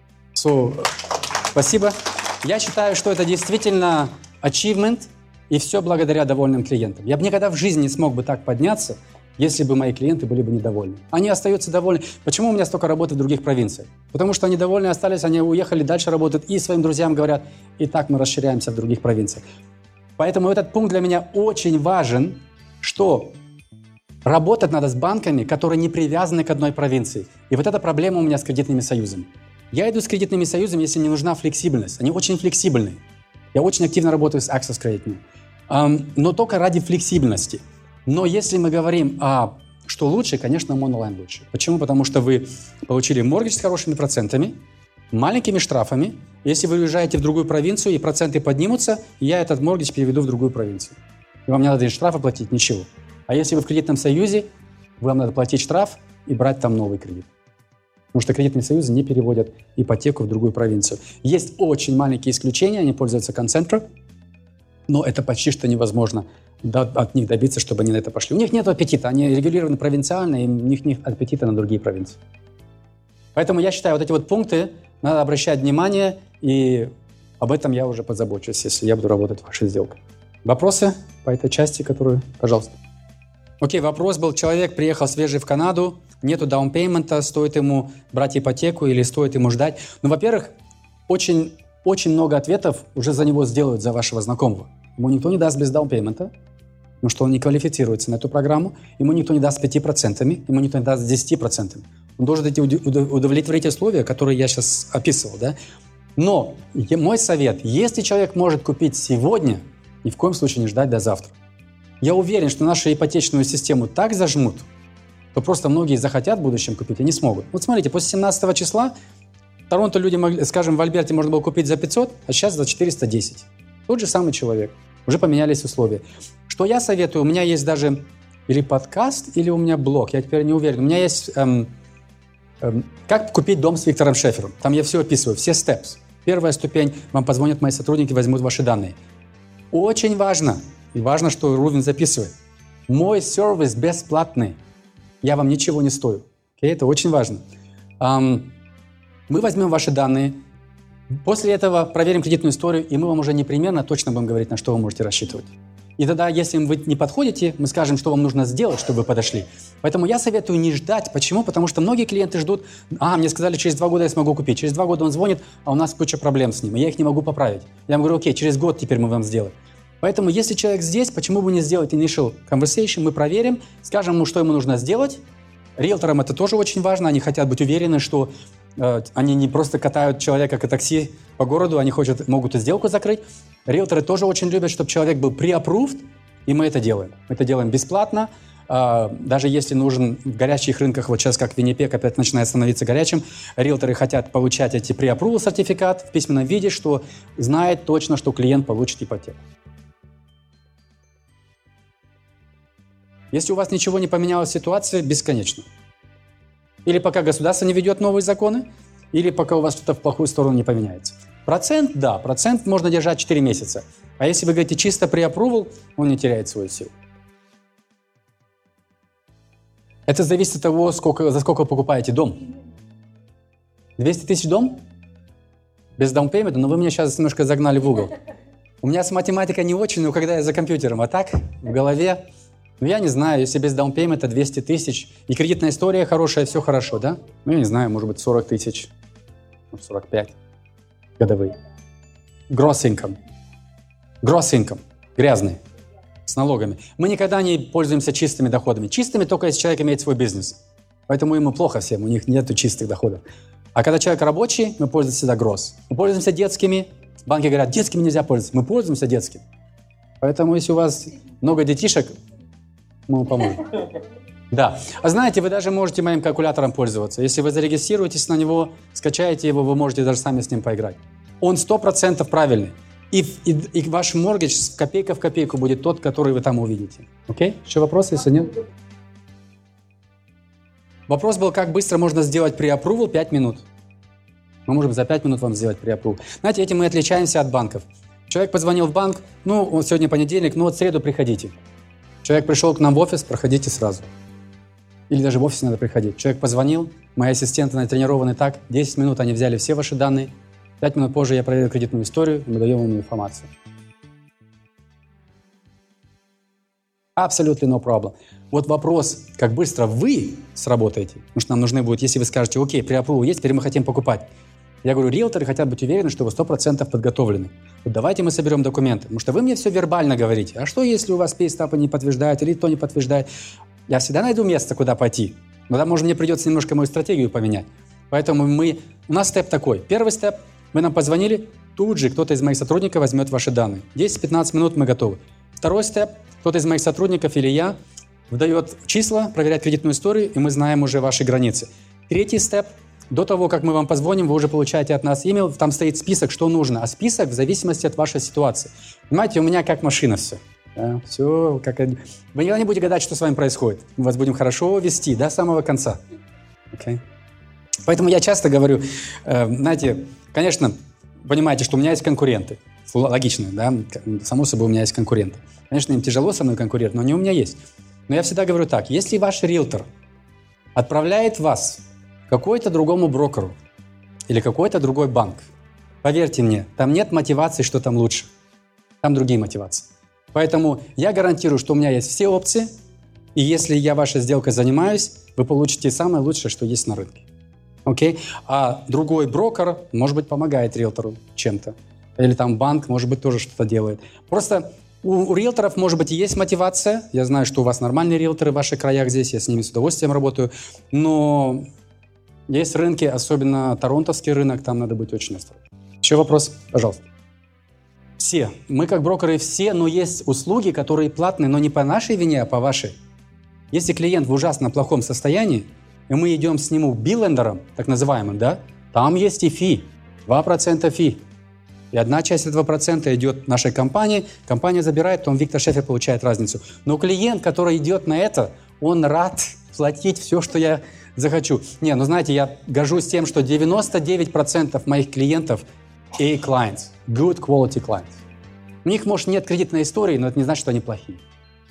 Спасибо. Я считаю, что это действительно achievement, и все благодаря довольным клиентам. Я бы никогда в жизни не смог бы так подняться, если бы мои клиенты были бы недовольны. Они остаются довольны. Почему у меня столько работы в других провинциях? Потому что они довольны остались, они уехали, дальше работают, и своим друзьям говорят, и так мы расширяемся в других провинциях. Поэтому этот пункт для меня очень важен, что работать надо с банками, которые не привязаны к одной провинции. И вот эта проблема у меня с кредитными союзами. Я иду с кредитными союзами, если мне нужна флексибельность. Они очень флексибельные. Я очень активно работаю с Access Credit, но только ради флексибельности. Но если мы говорим, что лучше, конечно, монолайн лучше. Почему? Потому что вы получили моргидж с хорошими процентами, маленькими штрафами. Если вы уезжаете в другую провинцию и проценты поднимутся, я этот моргидж переведу в другую провинцию. И вам не надо ни штрафа платить, ничего. А если вы в кредитном союзе, вам надо платить штраф и брать там новый кредит. Потому что кредитные союзы не переводят ипотеку в другую провинцию. Есть очень маленькие исключения, они пользуются Concentra, но это почти что невозможно от них добиться, чтобы они на это пошли. У них нет аппетита, они регулированы провинциально, и у них нет аппетита на другие провинции. Поэтому я считаю, вот эти вот пункты надо обращать внимание, и об этом я уже позабочусь, если я буду работать в вашей сделке. Вопросы по этой части, которую, пожалуйста. Окей, вопрос был, человек приехал свежий в Канаду, нету даунпеймента, стоит ему брать ипотеку или стоит ему ждать? Ну, во-первых, очень много ответов уже за него сделают, за вашего знакомого. Ему никто не даст без даунпеймента, потому что он не квалифицируется на эту программу, ему никто не даст 5%, ему никто не даст 10%. Он должен эти удовлетворить условия, которые я сейчас описывал, да? Но мой совет, если человек может купить сегодня, ни в коем случае не ждать до завтра. Я уверен, что нашу ипотечную систему так зажмут, то просто многие захотят в будущем купить, а не смогут. Вот смотрите, после 17 числа в Торонто люди могли, скажем, в Альберте можно было купить за 500, а сейчас за 410. Тот же самый человек. Уже поменялись условия. Что я советую? У меня есть даже или подкаст, или у меня блог. Я теперь не уверен. У меня есть «Как купить дом с Виктором Шефером». Там я все описываю, все steps. Первая ступень. Вам позвонят мои сотрудники, возьмут ваши данные. Очень важно, и важно, что Рувин записывает. Мой сервис бесплатный. Я вам ничего не стою. Okay? Это очень важно. Мы возьмем ваши данные. После этого проверим кредитную историю, и мы вам уже непременно точно будем говорить, на что вы можете рассчитывать. И тогда, если вы не подходите, мы скажем, что вам нужно сделать, чтобы вы подошли. Поэтому я советую не ждать. Почему? Потому что многие клиенты ждут, мне сказали, через 2 года я смогу купить. Через 2 года он звонит, а у нас куча проблем с ним, и я их не могу поправить. Я ему говорю, окей, через год теперь мы вам сделаем. Поэтому, если человек здесь, почему бы не сделать initial conversation, мы проверим, скажем ему, что ему нужно сделать. Риэлторам это тоже очень важно, они хотят быть уверены, что они не просто катают человека как такси по городу, они могут и сделку закрыть. Риэлторы тоже очень любят, чтобы человек был pre-approved, и мы это делаем. Мы это делаем бесплатно, даже если нужен в горячих рынках, вот сейчас как Виннипег опять начинает становиться горячим, риэлторы хотят получать эти pre-approval сертификат в письменном виде, что знает точно, что клиент получит ипотеку. Если у вас ничего не поменялась ситуация, бесконечно. Или пока государство не ведет новые законы, или пока у вас что-то в плохую сторону не поменяется. Процент, да, процент можно держать 4 месяца. А если вы говорите чисто pre-approval, он не теряет свою силу. Это зависит от того, за сколько вы покупаете дом. 200 тысяч дом? Без даунпеймента? Но вы меня сейчас немножко загнали в угол. У меня с математикой не очень, но когда я за компьютером, а так в голове... я не знаю, если без даунпеймента 200 тысяч, и кредитная история хорошая, все хорошо, да? Я не знаю, может быть, 40 тысяч, 45 годовые. Gross income. Gross income. Грязный. С налогами. Мы никогда не пользуемся чистыми доходами. Чистыми только если человек имеет свой бизнес. Поэтому ему плохо всем, у них нет чистых доходов. А когда человек рабочий, мы пользуемся всегда gross. Мы пользуемся детскими. Банки говорят, детскими нельзя пользоваться. Мы пользуемся детскими. Поэтому если у вас много детишек, мы вам поможем. Да. А знаете, вы даже можете моим калькулятором пользоваться. Если вы зарегистрируетесь на него, скачаете его, вы можете даже сами с ним поиграть. Он 100% правильный. И ваш моргидж копейка в копейку будет тот, который вы там увидите. Окей? Еще вопросы, если нет? Вопрос был, как быстро можно сделать pre-approval 5 минут. Мы можем за 5 минут вам сделать pre-approval. Знаете, этим мы отличаемся от банков. Человек позвонил в банк, ну, сегодня понедельник, ну, вот в среду приходите. Человек пришел к нам в офис, проходите сразу. Или даже в офис не надо приходить. Человек позвонил, мои ассистенты натренированы так, 10 минут они взяли все ваши данные, 5 минут позже я проверил кредитную историю, и мы даем вам информацию. Абсолютно no problem. Вот вопрос, как быстро вы сработаете, потому что нам нужны будут, если вы скажете, окей, pre-approval есть, теперь мы хотим покупать. Я говорю, риэлторы хотят быть уверены, что вы 100% подготовлены. Вот давайте мы соберем документы, потому что вы мне все вербально говорите. А что, если у вас пейстапы не подтверждают или то не подтверждает? Я всегда найду место, куда пойти. Но там, может, мне придется немножко мою стратегию поменять. Поэтому у нас степ такой. Первый степ, вы нам позвонили, тут же кто-то из моих сотрудников возьмет ваши данные. 10-15 минут мы готовы. Второй степ, кто-то из моих сотрудников или я выдает числа, проверяет кредитную историю, и мы знаем уже ваши границы. Третий степ, до того, как мы вам позвоним, вы уже получаете от нас имейл, там стоит список, что нужно, а список в зависимости от вашей ситуации. Понимаете, у меня как машина все. Да, все, как... Вы никогда не будете гадать, что с вами происходит. Мы вас будем хорошо вести до самого конца. Okay? Поэтому я часто говорю, знаете, конечно, понимаете, что у меня есть конкуренты. Логично, да? Само собой, у меня есть конкуренты. Конечно, им тяжело со мной конкурировать, но они у меня есть. Но я всегда говорю так, если ваш риэлтор отправляет вас к какой-то другому брокеру или какой-то другой банк, поверьте мне, там нет мотивации, что там лучше. Там другие мотивации. Поэтому я гарантирую, что у меня есть все опции, и если я вашей сделкой занимаюсь, вы получите самое лучшее, что есть на рынке. Окей? А другой брокер, может быть, помогает риэлтору чем-то. Или там банк, может быть, тоже что-то делает. Просто у риэлторов, может быть, и есть мотивация. Я знаю, что у вас нормальные риэлторы в ваших краях здесь, я с ними с удовольствием работаю. Но есть рынки, особенно торонтовский рынок, там надо быть очень осторожным. Еще вопрос? Пожалуйста. Все. Мы как брокеры все, но есть услуги, которые платные, но не по нашей вине, а по вашей. Если клиент в ужасно плохом состоянии, и мы идем с ним биллендером, так называемым, да, там есть и фи, 2% фи. И одна часть этого процента идет нашей компании, компания забирает, потом Виктор Шефер получает разницу. Но клиент, который идет на это, он рад платить все, что я захочу. Не, ну знаете, я горжусь тем, что 99% моих клиентов A-clients, good quality clients. У них, может, нет кредитной истории, но это не значит, что они плохие.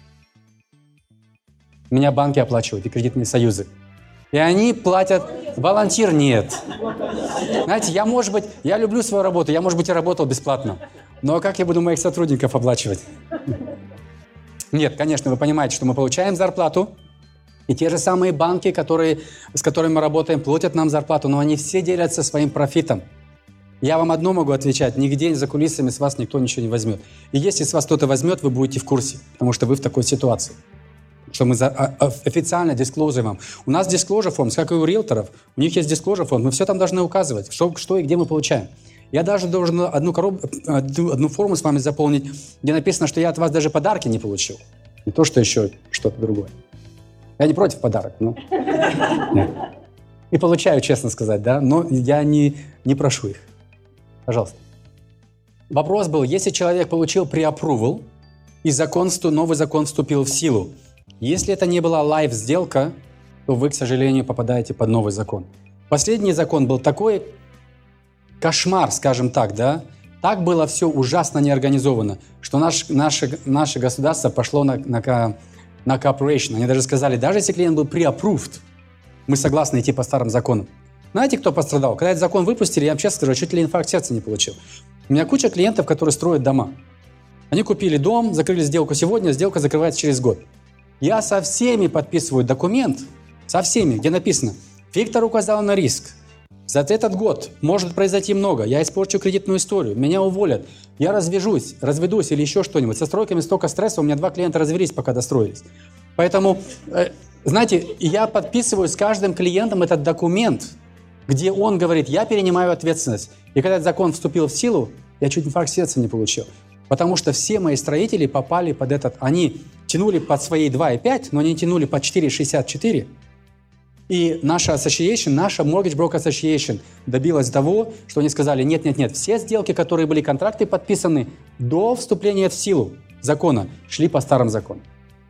Меня банки оплачивают и кредитные союзы. И они платят... Волонтир нет. Знаете, я люблю свою работу, я, может быть, и работал бесплатно. Но как я буду моих сотрудников оплачивать? Нет, конечно, вы понимаете, что мы получаем зарплату, и те же самые банки, с которыми мы работаем, платят нам зарплату, но они все делятся своим профитом. Я вам одно могу отвечать, нигде за кулисами с вас никто ничего не возьмет. И если с вас кто-то возьмет, вы будете в курсе, потому что вы в такой ситуации. Что мы официально дисклозируем. У нас disclosure forms, как и у риэлторов, у них есть disclosure forms, мы все там должны указывать, что и где мы получаем. Я даже должен одну форму с вами заполнить, где написано, что я от вас даже подарки не получил. Не то, что еще что-то другое. Я не против подарок, но... И получаю, честно сказать, да, но я не прошу их. Пожалуйста. Вопрос был, если человек получил pre-approval, и новый закон вступил в силу, если это не была лайв-сделка, то вы, к сожалению, попадаете под новый закон. Последний закон был такой кошмар, скажем так, да? Так было все ужасно неорганизовано, что наше государство пошло на cooperation. Они даже сказали, даже если клиент был pre-approved, мы согласны идти по старым законам. Знаете, кто пострадал? Когда этот закон выпустили, я вам честно скажу, чуть ли инфаркт сердца не получил. У меня куча клиентов, которые строят дома. Они купили дом, закрыли сделку сегодня, сделка закрывается через год. Я со всеми подписываю документ, со всеми, где написано, Виктор указал на риск. За этот год может произойти много. Я испорчу кредитную историю, меня уволят, я разведусь или еще что-нибудь. Со стройками столько стресса, у меня 2 клиента развелись, пока достроились. Поэтому, знаете, я подписываю с каждым клиентом этот документ, где он говорит, я перенимаю ответственность. И когда этот закон вступил в силу, я чуть инфаркт сердца не получил. Потому что все мои строители попали под этот... Они тянули под свои 2,5, но они тянули под 4,64. И наша association, наша Mortgage Broker Association добилась того, что они сказали, нет, все сделки, которые были контракты подписаны до вступления в силу закона, шли по старым законам.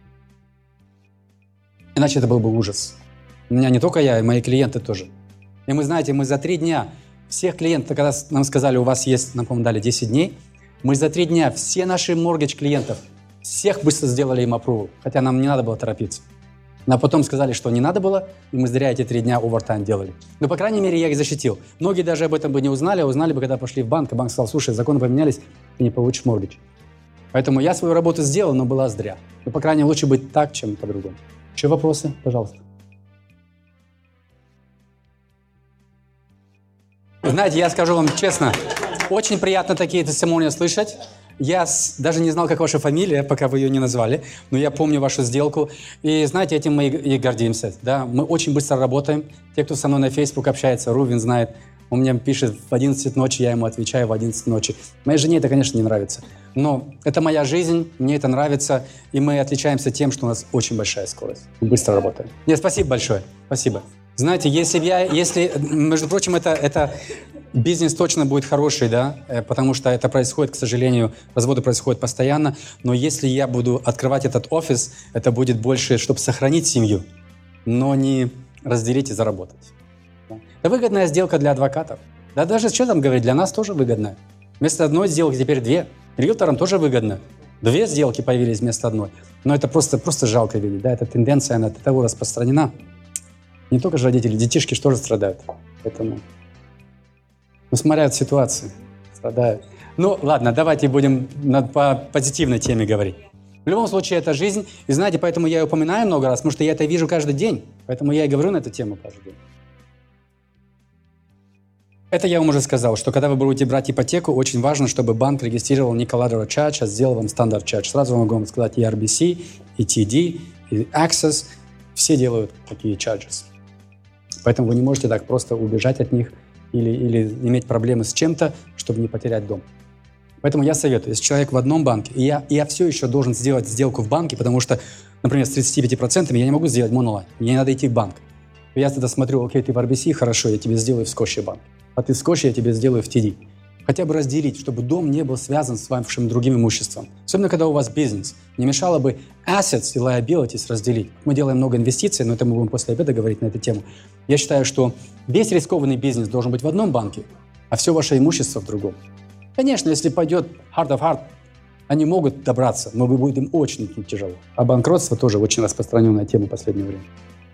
Иначе это был бы ужас. У меня не только я, и мои клиенты тоже. И мы, знаете, мы за 3 дня всех клиентов, когда нам сказали, у вас есть, нам, по-моему, дали 10 дней, мы за 3 дня все наши mortgage клиентов, всех быстро сделали им approval, хотя нам не надо было торопиться. Но потом сказали, что не надо было, и мы зря эти 3 дня овертайм делали. Но, по крайней мере, я их защитил. Многие даже об этом бы не узнали, а узнали бы, когда пошли в банк, и банк сказал, слушай, законы поменялись, ты не получишь mortgage. Поэтому я свою работу сделал, но была зря. Но, по крайней мере, лучше быть так, чем по-другому. Еще вопросы? Пожалуйста. Знаете, я скажу вам честно, очень приятно такие testimonials слышать. Я даже не знал, как ваша фамилия, пока вы ее не назвали, но я помню вашу сделку. И знаете, этим мы и гордимся. Да? Мы очень быстро работаем. Те, кто со мной на Facebook общается, Рувин знает, он мне пишет в 11 ночи, я ему отвечаю в 11 ночи. Моей жене это, конечно, не нравится. Но это моя жизнь, мне это нравится, и мы отличаемся тем, что у нас очень большая скорость. Мы быстро работаем. Нет, спасибо большое. Спасибо. Знаете, если между прочим, это бизнес точно будет хороший, да, потому что это происходит, к сожалению, разводы происходят постоянно, но если я буду открывать этот офис, это будет больше, чтобы сохранить семью, но не разделить и заработать. Это выгодная сделка для адвокатов. Да даже, что там говорить, для нас тоже выгодная. Вместо одной сделки теперь 2. Риэлторам тоже выгодно. 2 сделки появились вместо одной. Но это просто жалко видеть, да, эта тенденция, она до того распространена. Не только же родители, детишки же тоже страдают. Поэтому, смотря от ситуации, страдают. Ну, ладно, давайте будем по позитивной теме говорить. В любом случае, это жизнь. И знаете, поэтому я ее упоминаю много раз, потому что я это вижу каждый день. Поэтому я и говорю на эту тему каждый день. Это я вам уже сказал, что когда вы будете брать ипотеку, очень важно, чтобы банк регистрировал не collateral charge, а сделал вам стандарт charge. Сразу могу вам сказать, и RBC, и TD, и Access, все делают такие charges. Поэтому вы не можете так просто убежать от них или иметь проблемы с чем-то, чтобы не потерять дом. Поэтому я советую, если человек в одном банке, и я все еще должен сделать сделку в банке, потому что, например, с 35% я не могу сделать монолайн, мне надо идти в банк. Я тогда смотрю, окей, ты в RBC, хорошо, я тебе сделаю в Scotiabank, а ты в Scotia, я тебе сделаю в TD. Хотя бы разделить, чтобы дом не был связан с вашим другим имуществом. Особенно, когда у вас бизнес. Не мешало бы assets и liabilities разделить. Мы делаем много инвестиций, но это мы будем после обеда говорить на эту тему. Я считаю, что весь рискованный бизнес должен быть в одном банке, а все ваше имущество в другом. Конечно, если пойдет heart of heart, они могут добраться, но будет им очень тяжело. А банкротство тоже очень распространенная тема в последнее время.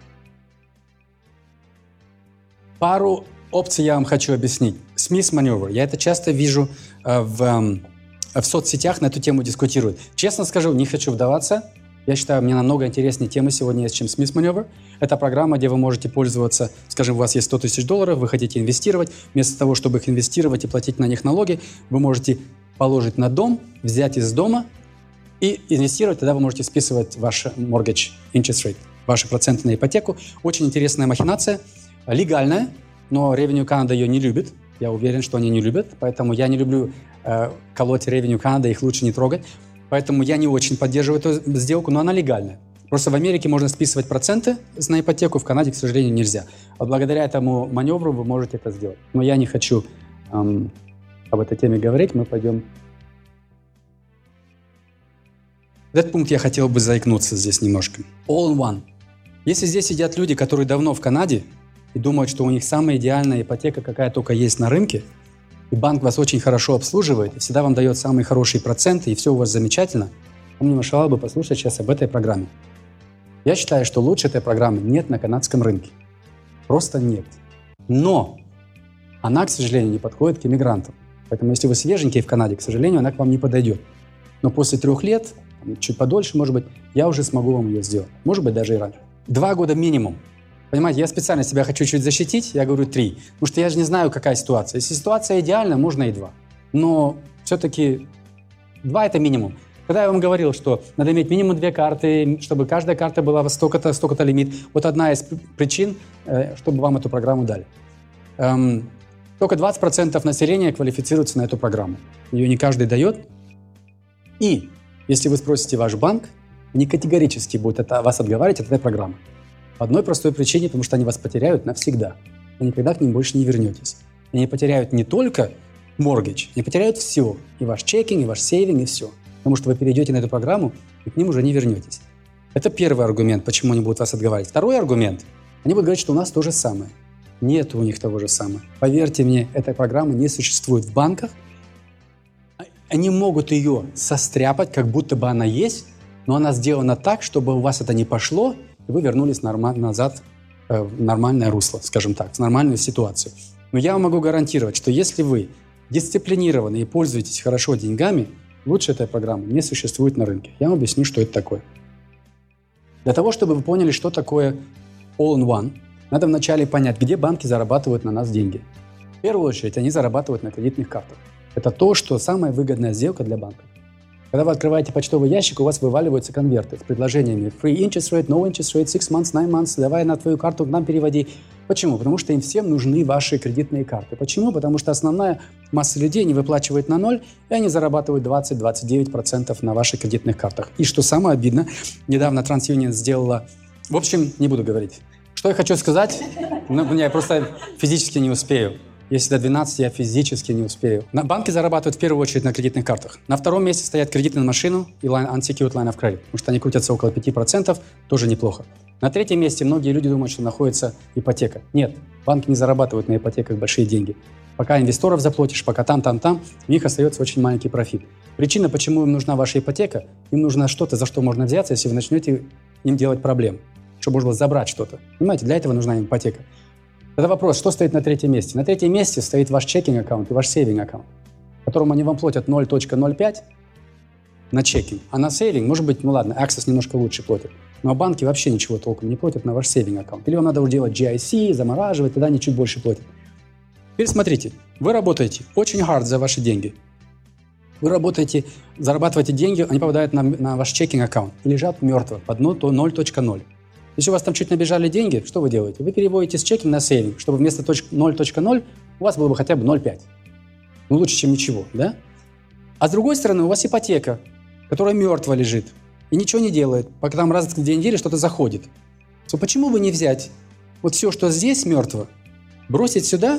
Пару опций я вам хочу объяснить. Smith Maneuver. Я это часто вижу в соцсетях, на эту тему дискутируют. Честно скажу, не хочу вдаваться. Я считаю, мне намного интереснее темы сегодня есть, чем Smith Maneuver. Это программа, где вы можете пользоваться, скажем, у вас есть $100 000, вы хотите инвестировать. Вместо того, чтобы их инвестировать и платить на них налоги, вы можете положить на дом, взять из дома и инвестировать. Тогда вы можете списывать ваш mortgage interest rate, ваши проценты на ипотеку. Очень интересная махинация, легальная. Но Revenue Canada ее не любит. Я уверен, что они не любят. Поэтому я не люблю колоть Revenue Canada, их лучше не трогать. Поэтому я не очень поддерживаю эту сделку, но она легальная. Просто в Америке можно списывать проценты на ипотеку, в Канаде, к сожалению, нельзя. А благодаря этому маневру вы можете это сделать. Но я не хочу об этой теме говорить. Мы пойдем... Этот пункт я хотел бы заикнуться здесь немножко. All in one. Если здесь сидят люди, которые давно в Канаде, и думают, что у них самая идеальная ипотека, какая только есть на рынке, и банк вас очень хорошо обслуживает, и всегда вам дает самые хорошие проценты, и все у вас замечательно, вам не мешало бы послушать сейчас об этой программе. Я считаю, что лучше этой программы нет на канадском рынке. Просто нет. Но она, к сожалению, не подходит к иммигрантам. Поэтому если вы свеженький в Канаде, к сожалению, она к вам не подойдет. Но после 3 лет, чуть подольше, может быть, я уже смогу вам ее сделать. Может быть, даже и раньше. 2 года минимум. Понимаете, я специально себя хочу чуть защитить, я говорю 3, потому что я же не знаю, какая ситуация. Если ситуация идеальна, можно и 2. Но все-таки 2 – это минимум. Когда я вам говорил, что надо иметь минимум 2 карты, чтобы каждая карта была столько-то, столько-то лимит, вот одна из причин, чтобы вам эту программу дали. Только 20% населения квалифицируется на эту программу. Ее не каждый дает. И если вы спросите ваш банк, они категорически будут вас отговаривать от этой программы. По одной простой причине, потому что они вас потеряют навсегда. Вы никогда к ним больше не вернетесь. Они потеряют не только mortgage, они потеряют все. И ваш чекинг, и ваш сейвинг, и все. Потому что вы перейдете на эту программу, и к ним уже не вернетесь. Это первый аргумент, почему они будут вас отговаривать. Второй аргумент. Они будут говорить, что у нас то же самое. Нет у них того же самого. Поверьте мне, эта программа не существует в банках. Они могут ее состряпать, как будто бы она есть, но она сделана так, чтобы у вас это не пошло, и вы вернулись назад в нормальное русло, скажем так, в нормальную ситуацию. Но я вам могу гарантировать, что если вы дисциплинированы и пользуетесь хорошо деньгами, лучше этой программы не существует на рынке. Я вам объясню, что это такое. Для того, чтобы вы поняли, что такое all-in-one, надо вначале понять, где банки зарабатывают на нас деньги. В первую очередь, они зарабатывают на кредитных картах. Это то, что самая выгодная сделка для банков. Когда вы открываете почтовый ящик, у вас вываливаются конверты с предложениями free interest rate, no interest rate, 6 months, 9 months, давай на твою карту к нам переводи. Почему? Потому что им всем нужны ваши кредитные карты. Почему? Потому что основная масса людей не выплачивает на ноль, и они зарабатывают 20-29% на ваших кредитных картах. И что самое обидное, недавно TransUnion сделала... В общем, не буду говорить. Что я хочу сказать? Я просто физически не успею. Если до 12 я физически не успею. Банки зарабатывают в первую очередь на кредитных картах. На втором месте стоят кредиты на машину и unsecured line of credit, потому что они крутятся около 5%, тоже неплохо. На третьем месте многие люди думают, что находится ипотека. Нет, банки не зарабатывают на ипотеках большие деньги. Пока инвесторов заплатишь, пока там, у них остается очень маленький профит. Причина, почему им нужна ваша ипотека, им нужно что-то, за что можно взяться, если вы начнете им делать проблем, чтобы можно было забрать что-то. Понимаете, для этого нужна им ипотека. Тогда вопрос, что стоит на третьем месте? На третьем месте стоит ваш чекинг-аккаунт и ваш сейвинг-аккаунт, которому они вам платят 0.05 на чекинг, а на сейвинг, может быть, Access немножко лучше платит, но банки вообще ничего толком не платят на ваш сейвинг-аккаунт. Или вам надо уже делать GIC, замораживать, тогда они чуть больше платят. Теперь смотрите, вы работаете очень hard за ваши деньги. Вы работаете, зарабатываете деньги, они попадают на ваш чекинг-аккаунт и лежат мертво под 0.0. Если у вас там чуть набежали деньги, что вы делаете? Вы переводите с чекинг на сейвинг, чтобы вместо 0.0 у вас было бы хотя бы 0.5. Ну, лучше, чем ничего, да? А с другой стороны, у вас ипотека, которая мертво лежит и ничего не делает, пока там раз в 2 недели что-то заходит. То почему бы не взять вот все, что здесь мертво, бросить сюда,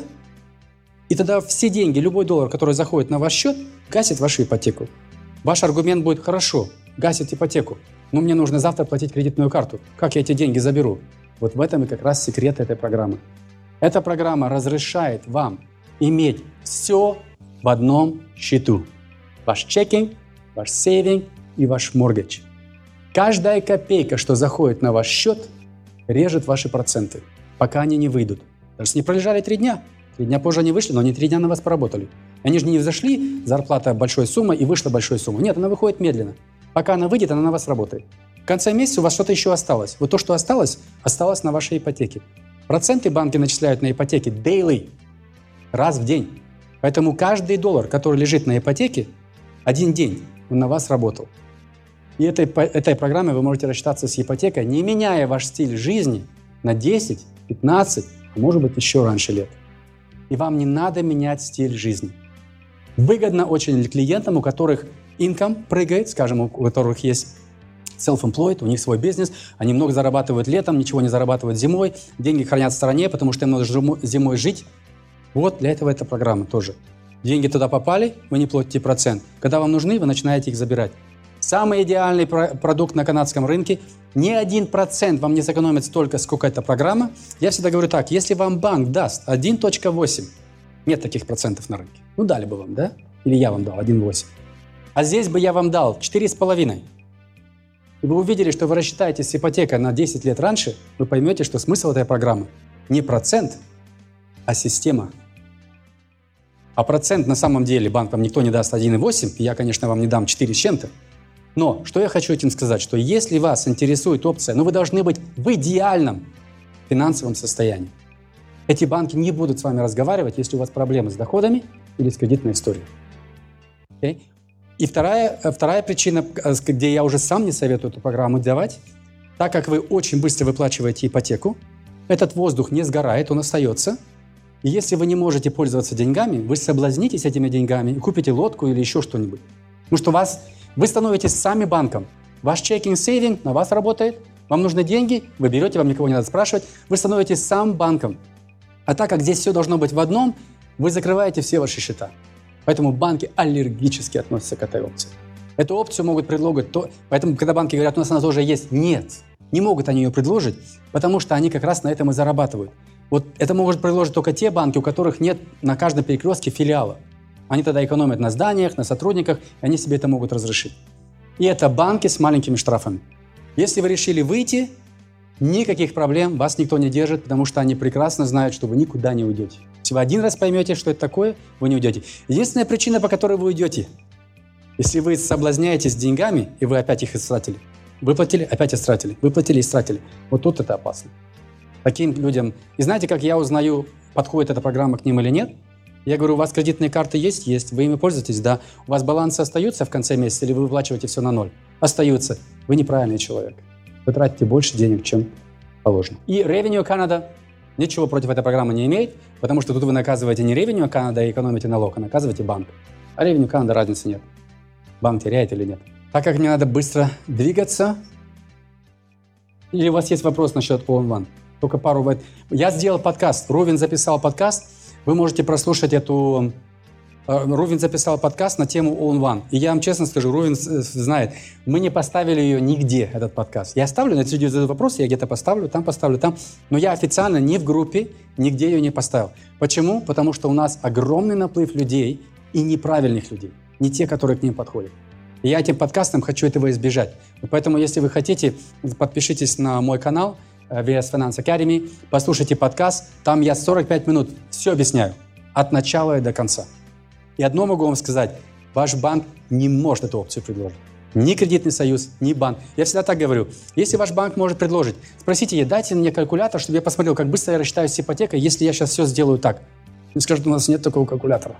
и тогда все деньги, любой доллар, который заходит на ваш счет, гасит вашу ипотеку. Ваш аргумент будет: хорошо, гасит ипотеку, но мне нужно завтра платить кредитную карту. Как я эти деньги заберу? Вот в этом и как раз секрет этой программы. Эта программа разрешает вам иметь все в одном счету. Ваш чекинг, ваш сейвинг и ваш mortgage. Каждая копейка, что заходит на ваш счет, режет ваши проценты, пока они не выйдут. Даже если не пролежали 3 дня. 3 дня позже они вышли, но они 3 дня на вас поработали. Они же не взошли, зарплата большой суммы и вышла большой суммы. Нет, она выходит медленно. Пока она выйдет, она на вас работает. В конце месяца у вас что-то еще осталось. Вот то, что осталось на вашей ипотеке. Проценты банки начисляют на ипотеке daily, раз в день. Поэтому каждый доллар, который лежит на ипотеке, 1 день он на вас работал. И этой программой вы можете рассчитаться с ипотекой, не меняя ваш стиль жизни на 10, 15, а может быть еще раньше лет. И вам не надо менять стиль жизни. Выгодно очень клиентам, у которых income прыгает, скажем, у которых есть self-employed, у них свой бизнес, они много зарабатывают летом, ничего не зарабатывают зимой, деньги хранят в стороне, потому что им надо зимой жить. Вот для этого эта программа тоже. Деньги туда попали, вы не платите процент. Когда вам нужны, вы начинаете их забирать. Самый идеальный продукт на канадском рынке. Ни 1% вам не сэкономит столько, сколько эта программа. Я всегда говорю так, если вам банк даст 1.8, нет таких процентов на рынке. Ну, дали бы вам, да? Или я вам дал 1.8. А здесь бы я вам дал 4,5. И вы увидели, что вы рассчитаетесь с ипотекой на 10 лет раньше, вы поймете, что смысл этой программы не процент, а система. А процент на самом деле банк вам никто не даст 1,8, и я, конечно, вам не дам 4 с чем-то. Но что я хочу этим сказать, что если вас интересует опция, вы должны быть в идеальном финансовом состоянии. Эти банки не будут с вами разговаривать, если у вас проблемы с доходами или с кредитной историей. Okay? И вторая причина, где я уже сам не советую эту программу давать, так как вы очень быстро выплачиваете ипотеку, этот воздух не сгорает, он остается. И если вы не можете пользоваться деньгами, вы соблазнитесь этими деньгами и купите лодку или еще что-нибудь. Потому что Вы становитесь сами банком. Ваш чекинг-сейвинг на вас работает, вам нужны деньги, вы берете, вам никого не надо спрашивать, вы становитесь сам банком. А так как здесь все должно быть в одном, вы закрываете все ваши счета. Поэтому банки аллергически относятся к этой опции. Эту опцию могут предложить, поэтому когда банки говорят, у нас она тоже есть, нет, не могут они ее предложить, потому что они как раз на этом и зарабатывают. Вот это могут предложить только те банки, у которых нет на каждом перекрестке филиала. Они тогда экономят на зданиях, на сотрудниках, и они себе это могут разрешить. И это банки с маленькими штрафами. Если вы решили выйти, никаких проблем, вас никто не держит, потому что они прекрасно знают, что вы никуда не уйдете. Если вы один раз поймете, что это такое, вы не уйдете. Единственная причина, по которой вы уйдете, если вы соблазняетесь деньгами, и вы опять их истратили. Выплатили, опять истратили. Выплатили, истратили. Вот тут это опасно. Таким людям... И знаете, как я узнаю, подходит эта программа к ним или нет? Я говорю, у вас кредитные карты есть? Есть. Вы ими пользуетесь? Да. У вас балансы остаются в конце месяца или вы выплачиваете все на ноль? Остаются. Вы неправильный человек. Вы тратите больше денег, чем положено. И Revenue Canada ничего против этой программы не имеет, потому что тут вы наказываете не Revenue Canada и экономите налог, а наказываете банк. А Revenue Canada разницы нет. Банк теряет или нет. Так как мне надо быстро двигаться, или у вас есть вопрос насчет All-in-One? Только пару... Я сделал подкаст, Рувин записал подкаст, вы можете прослушать эту... Рувин записал подкаст на тему All-in-One. И я вам честно скажу, Рувин знает, мы не поставили ее нигде, этот подкаст. Я ставлю, если люди задают вопросы, я где-то поставлю, там. Но я официально ни в группе, нигде ее не поставил. Почему? Потому что у нас огромный наплыв людей и неправильных людей. Не те, которые к ним подходят. И я этим подкастом хочу этого избежать. Поэтому, если вы хотите, подпишитесь на мой канал VS Finance Academy, послушайте подкаст. Там я 45 минут все объясняю. От начала и до конца. И одно могу вам сказать. Ваш банк не может эту опцию предложить. Ни кредитный союз, ни банк. Я всегда так говорю. Если ваш банк может предложить, спросите ей, дайте мне калькулятор, чтобы я посмотрел, как быстро я рассчитаюсь с ипотекой, если я сейчас все сделаю так. Они скажут, у нас нет такого калькулятора.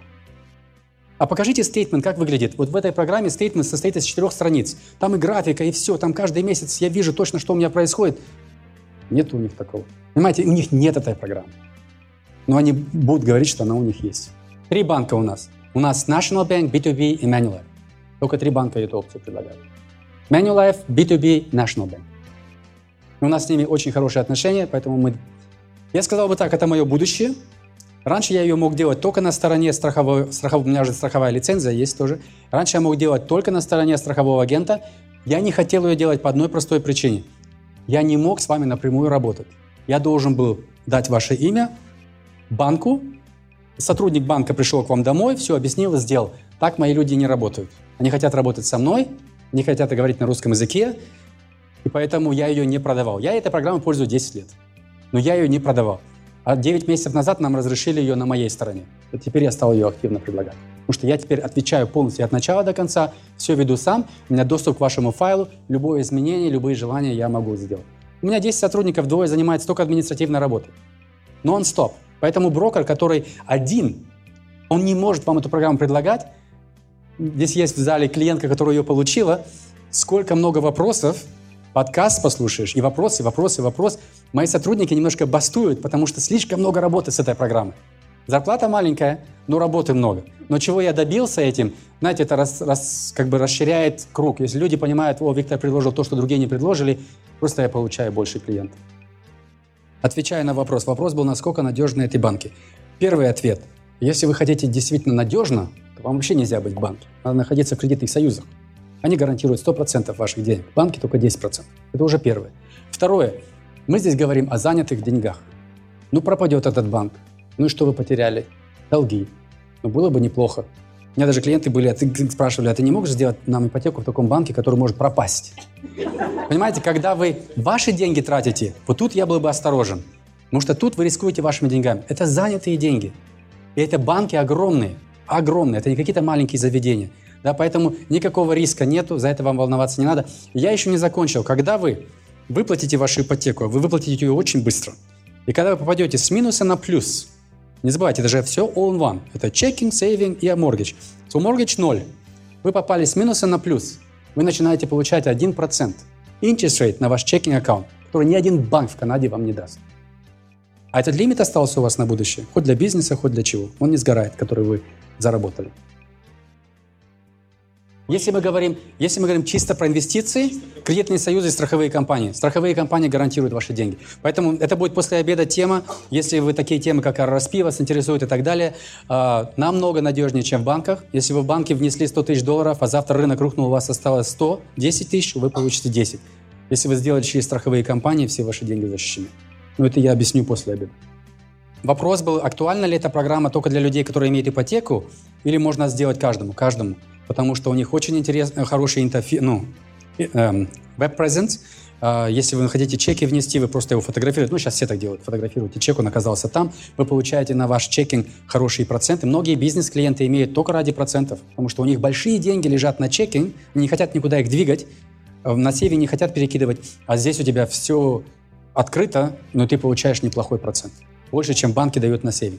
А покажите стейтмент, как выглядит. Вот в этой программе стейтмент состоит из 4 страниц. Там и графика, и все. Там каждый месяц я вижу точно, что у меня происходит. Нет у них такого. Понимаете, у них нет этой программы. Но они будут говорить, что она у них есть. 3 банка у нас. У нас National Bank, B2B и Manulife. Только 3 банка эту опцию предлагают. Manulife, B2B, National Bank. И у нас с ними очень хорошие отношения, поэтому мы... Я сказал бы так, это мое будущее. Раньше я ее мог делать только на стороне страховой... У меня же страховая лицензия есть тоже. Раньше я мог делать только на стороне страхового агента. Я не хотел ее делать по одной простой причине. Я не мог с вами напрямую работать. Я должен был дать ваше имя банку. Сотрудник банка пришел к вам домой, все объяснил и сделал. Так мои люди не работают. Они хотят работать со мной, не хотят говорить на русском языке, и поэтому я ее не продавал. Я этой программой пользуюсь 10 лет, но я ее не продавал. А 9 месяцев назад нам разрешили ее на моей стороне. И теперь я стал ее активно предлагать. Потому что я теперь отвечаю полностью от начала до конца, все веду сам, у меня доступ к вашему файлу, любое изменение, любые желания я могу сделать. У меня 10 сотрудников, 2 занимаются только административной работой. Нон-стоп. Поэтому брокер, который один, он не может вам эту программу предлагать. Здесь есть в зале клиентка, которая ее получила. Сколько много вопросов, подкаст послушаешь, и вопрос. Мои сотрудники немножко бастуют, потому что слишком много работы с этой программой. Зарплата маленькая, но работы много. Но чего я добился этим, знаете, это как бы расширяет круг. Если люди понимают, Виктор предложил то, что другие не предложили, просто я получаю больше клиентов. Отвечая на вопрос. Вопрос был, насколько надежны эти банки. Первый ответ. Если вы хотите действительно надежно, то вам вообще нельзя быть в банке. Надо находиться в кредитных союзах. Они гарантируют 100% ваших денег. Банки только 10%. Это уже первое. Второе. Мы здесь говорим о занятых деньгах. Ну, пропадет этот банк. Ну и что вы потеряли? Долги. Ну, было бы неплохо. У меня даже клиенты были, спрашивали, а ты не можешь сделать нам ипотеку в таком банке, который может пропасть? Понимаете, когда вы ваши деньги тратите, вот тут я был бы осторожен. Потому что тут вы рискуете вашими деньгами. Это занятые деньги. И это банки огромные. Огромные. Это не какие-то маленькие заведения. Да, поэтому никакого риска нету, за это вам волноваться не надо. Я еще не закончил. Когда вы выплатите вашу ипотеку, вы выплатите ее очень быстро. И когда вы попадете с минуса на плюс, не забывайте, это же все all-in-one. Это checking, saving и mortgage. So mortgage 0. Вы попали с минуса на плюс. Вы начинаете получать 1% interest rate на ваш checking аккаунт, который ни один банк в Канаде вам не даст. А этот лимит остался у вас на будущее. Хоть для бизнеса, хоть для чего. Он не сгорает, который вы заработали. Если мы говорим чисто про инвестиции, кредитные союзы и страховые компании. Страховые компании гарантируют ваши деньги. Поэтому это будет после обеда тема. Если вы такие темы, как RRSP, вас интересуют и так далее, намного надежнее, чем в банках. Если вы в банке внесли $100 тысяч, а завтра рынок рухнул, у вас осталось 100, 10 тысяч, вы получите 10. Если вы сделали через страховые компании, все ваши деньги защищены. Но это я объясню после обеда. Вопрос был, актуальна ли эта программа только для людей, которые имеют ипотеку, или можно сделать каждому. Потому что у них очень хороший веб-презенс. Если вы хотите чеки внести, вы просто его фотографируете. Сейчас все так делают. Фотографируете чек, он оказался там. Вы получаете на ваш чекинг хорошие проценты. Многие бизнес-клиенты имеют только ради процентов, потому что у них большие деньги лежат на чекинг, они не хотят никуда их двигать, на сейве не хотят перекидывать, а здесь у тебя все открыто, но ты получаешь неплохой процент. Больше, чем банки дают на сейве.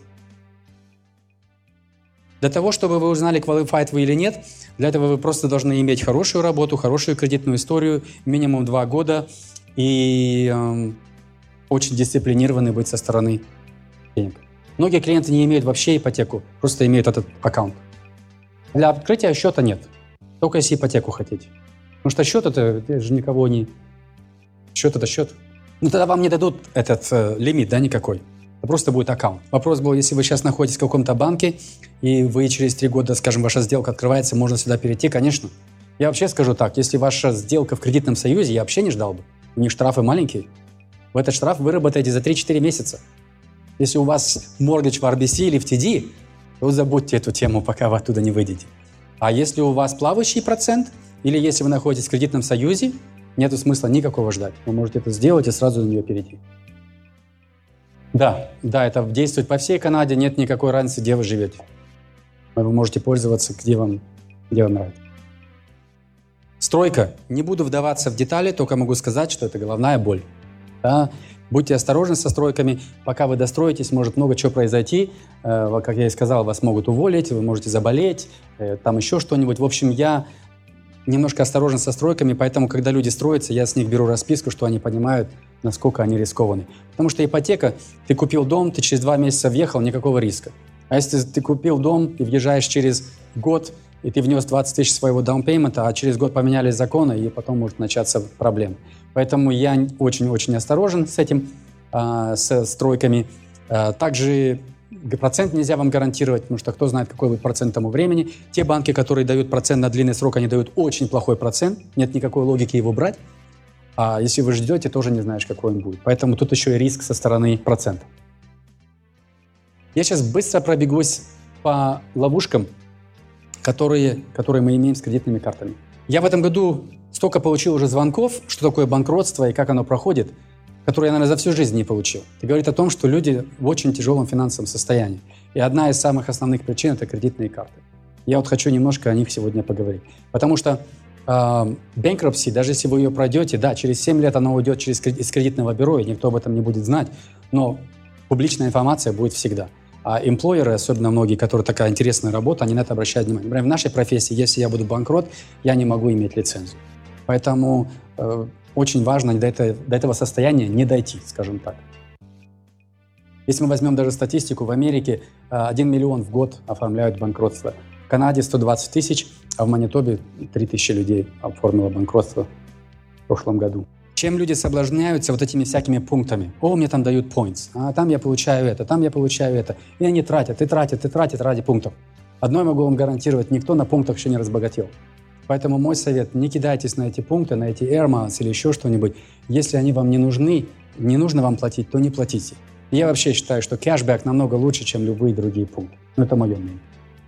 Для того, чтобы вы узнали, qualified вы или нет, для этого вы просто должны иметь хорошую работу, хорошую кредитную историю, минимум 2 года и очень дисциплинированный быть со стороны денег. Многие клиенты не имеют вообще ипотеку, просто имеют этот аккаунт. Для открытия счета нет, только если ипотеку хотите. Потому что счет это же никого не... Счет это счет. Ну тогда вам не дадут этот лимит, да, никакой. Просто будет аккаунт. Вопрос был, если вы сейчас находитесь в каком-то банке, и вы через 3 года, скажем, ваша сделка открывается, можно сюда перейти, конечно. Я вообще скажу так, если ваша сделка в кредитном союзе, я вообще не ждал бы. У них штрафы маленькие. Вы этот штраф выработаете за 3-4 месяца. Если у вас моргидж в RBC или в TD, то забудьте эту тему, пока вы оттуда не выйдете. А если у вас плавающий процент, или если вы находитесь в кредитном союзе, нет смысла никакого ждать. Вы можете это сделать и сразу на нее перейти. Да, это действует по всей Канаде, нет никакой разницы, где вы живете. Вы можете пользоваться, где вам нравится. Стройка. Не буду вдаваться в детали, только могу сказать, что это головная боль. Да? Будьте осторожны со стройками. Пока вы достроитесь, может много чего произойти. Как я и сказал, вас могут уволить, вы можете заболеть, там еще что-нибудь. В общем, я немножко осторожен со стройками, поэтому, когда люди строятся, я с них беру расписку, что они понимают, насколько они рискованы. Потому что ипотека, ты купил дом, ты через 2 месяца въехал, никакого риска. А если ты купил дом и въезжаешь через год, и ты внес 20 тысяч своего даунпеймента, а через год поменялись законы, и потом может начаться проблема. Поэтому я очень-очень осторожен с этим, с стройками. Также процент нельзя вам гарантировать, потому что кто знает, какой будет процент тому времени. Те банки, которые дают процент на длинный срок, они дают очень плохой процент. Нет никакой логики его брать. А если вы ждете, тоже не знаешь, какой он будет. Поэтому тут еще и риск со стороны процента. Я сейчас быстро пробегусь по ловушкам, которые мы имеем с кредитными картами. Я в этом году столько получил уже звонков, что такое банкротство и как оно проходит, которые я, наверное, за всю жизнь не получил. Это говорит о том, что люди в очень тяжелом финансовом состоянии. И одна из самых основных причин – это кредитные карты. Я вот хочу немножко о них сегодня поговорить. Потому что bankruptcy, даже если вы ее пройдете, да, через 7 лет она уйдет из кредитного бюро, и никто об этом не будет знать, но публичная информация будет всегда. А эмплойеры, особенно многие, которые такая интересная работа, они на это обращают внимание. Например, в нашей профессии, если я буду банкрот, я не могу иметь лицензию. Поэтому очень важно до этого состояния не дойти, скажем так. Если мы возьмем даже статистику, в Америке 1 миллион в год оформляют банкротство. В Канаде 120 тысяч, а в Манитобе 3000 людей оформило банкротство в прошлом году. Чем люди соблазняются вот этими всякими пунктами? О, мне там дают points, а там я получаю это, там я получаю это. И они тратят ради пунктов. Одно я могу вам гарантировать, никто на пунктах еще не разбогател. Поэтому мой совет, не кидайтесь на эти пункты, на эти air miles или еще что-нибудь. Если они вам не нужны, не нужно вам платить, то не платите. И я вообще считаю, что кэшбэк намного лучше, чем любые другие пункты. Но это мое мнение.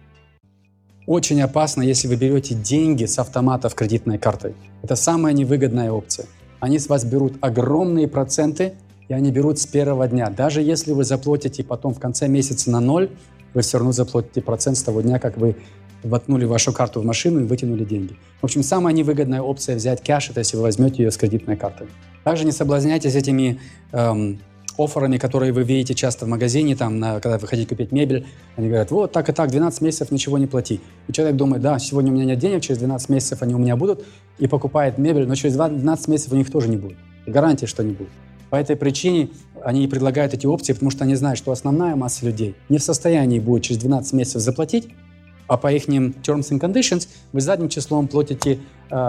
Очень опасно, если вы берете деньги с автомата в кредитной картой. Это самая невыгодная опция. Они с вас берут огромные проценты, и они берут с первого дня. Даже если вы заплатите потом в конце месяца на 0, вы все равно заплатите процент с того дня, как вы воткнули вашу карту в машину и вытянули деньги. В общем, самая невыгодная опция взять кэш, это если вы возьмете ее с кредитной картой. Также не соблазняйтесь этими офферами, которые вы видите часто в магазине, когда вы хотите купить мебель, они говорят, вот так и так, 12 месяцев ничего не плати. И человек думает, да, сегодня у меня нет денег, через 12 месяцев они у меня будут, и покупает мебель, но через 12 месяцев у них тоже не будет. Гарантия, что не будет. По этой причине они предлагают эти опции, потому что они знают, что основная масса людей не в состоянии будет через 12 месяцев заплатить, а по их terms and conditions вы задним числом платите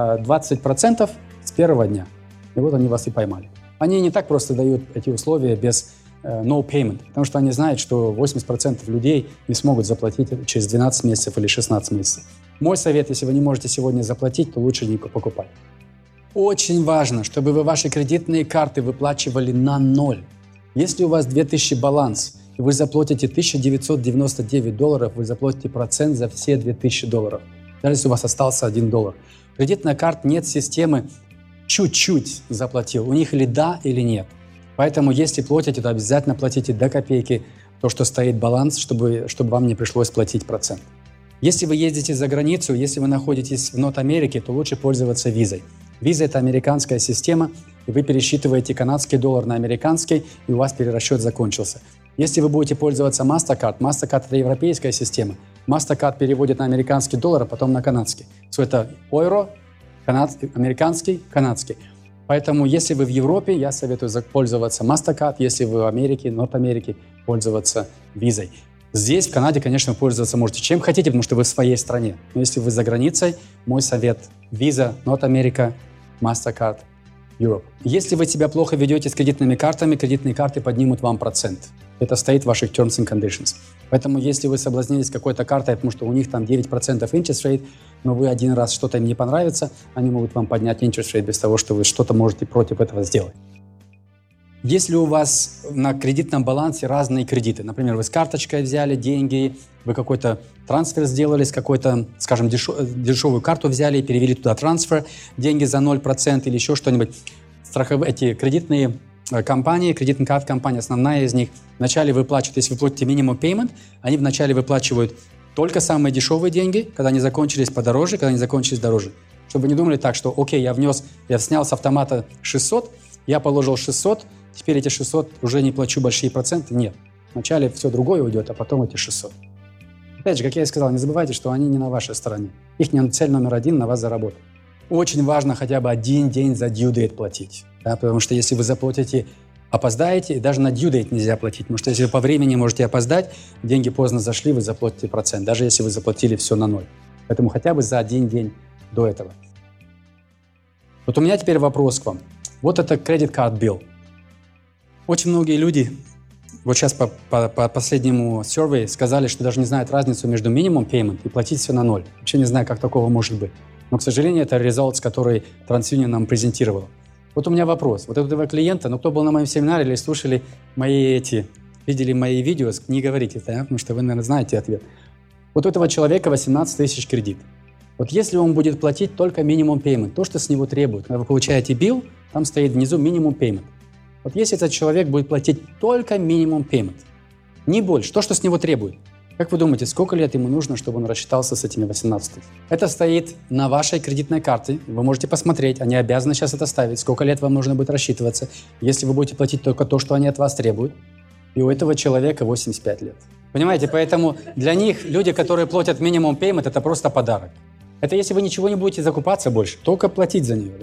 20% с первого дня. И вот они вас и поймали. Они не так просто дают эти условия без no payment, потому что они знают, что 80% людей не смогут заплатить через 12 месяцев или 16 месяцев. Мой совет, если вы не можете сегодня заплатить, то лучше не покупать. Очень важно, чтобы вы ваши кредитные карты выплачивали на ноль. Если у вас 2000 баланс, и вы заплатите $1999, вы заплатите процент за все $2000. Даже если у вас остался $1. Кредитная карта нет системы чуть-чуть заплатил. У них или да, или нет. Поэтому, если платите, то обязательно платите до копейки то, что стоит баланс, чтобы вам не пришлось платить процент. Если вы ездите за границу, если вы находитесь в Норт-Америке, то лучше пользоваться визой. Виза – это американская система, и вы пересчитываете канадский доллар на американский, и у вас перерасчет закончился. Если вы будете пользоваться MasterCard, MasterCard – это европейская система. MasterCard переводит на американский доллар, а потом на канадский. Это евро, американский, канадский. Поэтому, если вы в Европе, я советую пользоваться MasterCard, если вы в Америке, Норт-Америке, пользоваться визой. Здесь, в Канаде, конечно, пользоваться можете чем хотите, потому что вы в своей стране. Но если вы за границей, мой совет – Visa, Норт-Америка, MasterCard, Europe. Если вы себя плохо ведете с кредитными картами, кредитные карты поднимут вам процент. Это стоит в ваших terms and conditions. Поэтому, если вы соблазнились какой-то картой, потому что у них там 9% interest rate, но вы один раз что-то им не понравится, они могут вам поднять interest rate без того, что вы что-то можете против этого сделать. Если у вас на кредитном балансе разные кредиты, например, вы с карточкой взяли деньги, вы какой-то трансфер сделали с какой-то, скажем, дешевую карту взяли и перевели туда трансфер, деньги за 0% или еще что-нибудь, эти кредитные компании, кредитная компания, основная из них, вначале выплачивают, если вы платите minimum payment, они вначале выплачивают только самые дешевые деньги, когда они закончились подороже, когда они закончились дороже. Чтобы вы не думали так, что окей, я снял с автомата 600, я положил 600, теперь эти 600 уже не плачу большие проценты. Нет. Вначале все другое уйдет, а потом эти 600. Опять же, как я и сказал, не забывайте, что они не на вашей стороне. Их цель номер один – на вас заработать. Очень важно хотя бы один день за due date платить. Да? Потому что если вы заплатите, опоздаете, и даже на due date нельзя платить. Потому что если вы по времени можете опоздать, деньги поздно зашли, вы заплатите процент, даже если вы заплатили все на ноль. Поэтому хотя бы за один день до этого. Вот у меня теперь вопрос к вам. Вот это credit card bill. Очень многие люди, вот сейчас по последнему survey, сказали, что даже не знают разницу между minimum payment и платить все на ноль. Вообще не знаю, как такого может быть. Но, к сожалению, это results, который TransUnion нам презентировал. Вот у меня вопрос. Вот этого клиента, кто был на моем семинаре или слушали видели мои видео, не говорите, да? Потому что вы, наверное, знаете ответ. Вот у этого человека 18 тысяч кредит. Вот если он будет платить только minimum payment, то, что с него требуют, когда вы получаете bill, там стоит внизу minimum payment. Вот если этот человек будет платить только minimum payment, не больше, то, что с него требуют, как вы думаете, сколько лет ему нужно, чтобы он рассчитался с этими 18 тысяч? Это стоит на вашей кредитной карте, вы можете посмотреть, они обязаны сейчас это ставить, сколько лет вам нужно будет рассчитываться, если вы будете платить только то, что они от вас требуют, и у этого человека 85 лет. Понимаете, поэтому для них люди, которые платят minimum payment, это просто подарок. Это если вы ничего не будете закупаться больше, только платить за нее, да?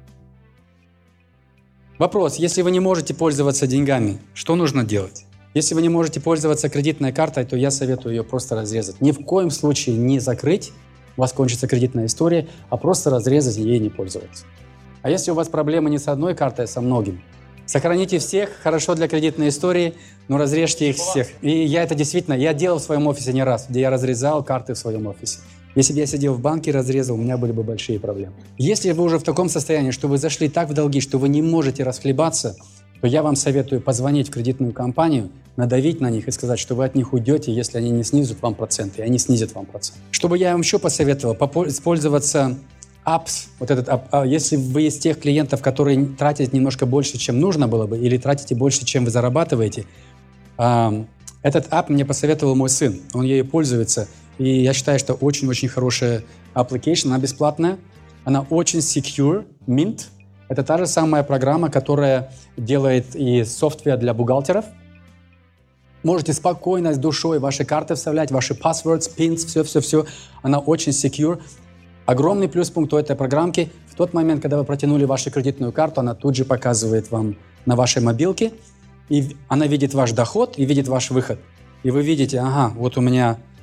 Вопрос, если вы не можете пользоваться деньгами, что нужно делать? Если вы не можете пользоваться кредитной картой, то я советую ее просто разрезать. Ни в коем случае не закрыть, у вас кончится кредитная история, а просто разрезать и ей не пользоваться. А если у вас проблемы не с одной картой, а со многими, сохраните всех, хорошо для кредитной истории, но разрежьте их всех. И я это действительно, я делал в своем офисе не раз, где я разрезал карты в своем офисе. Если бы я сидел в банке и разрезал, у меня были бы большие проблемы. Если вы уже в таком состоянии, что вы зашли так в долги, что вы не можете расхлебаться, то я вам советую позвонить в кредитную компанию, надавить на них и сказать, что вы от них уйдете, если они не снизят вам проценты, и они снизят вам процент. Что бы я вам еще посоветовал, использоваться apps. Вот этот app. Если вы из тех клиентов, которые тратят немножко больше, чем нужно было бы, или тратите больше, чем вы зарабатываете, этот app мне посоветовал мой сын. Он ею пользуется. И я считаю, что очень-очень хорошая application, она бесплатная, она очень secure, Mint. Это та же самая программа, которая делает и софтвер для бухгалтеров. Можете спокойно, с душой ваши карты вставлять, ваши passwords, pins, все. Она очень secure. Огромный плюс-пункт у этой программки. В тот момент, когда вы протянули вашу кредитную карту, она тут же показывает вам на вашей мобилке. И она видит ваш доход и видит ваш выход. И вы видите, ага, вот у меня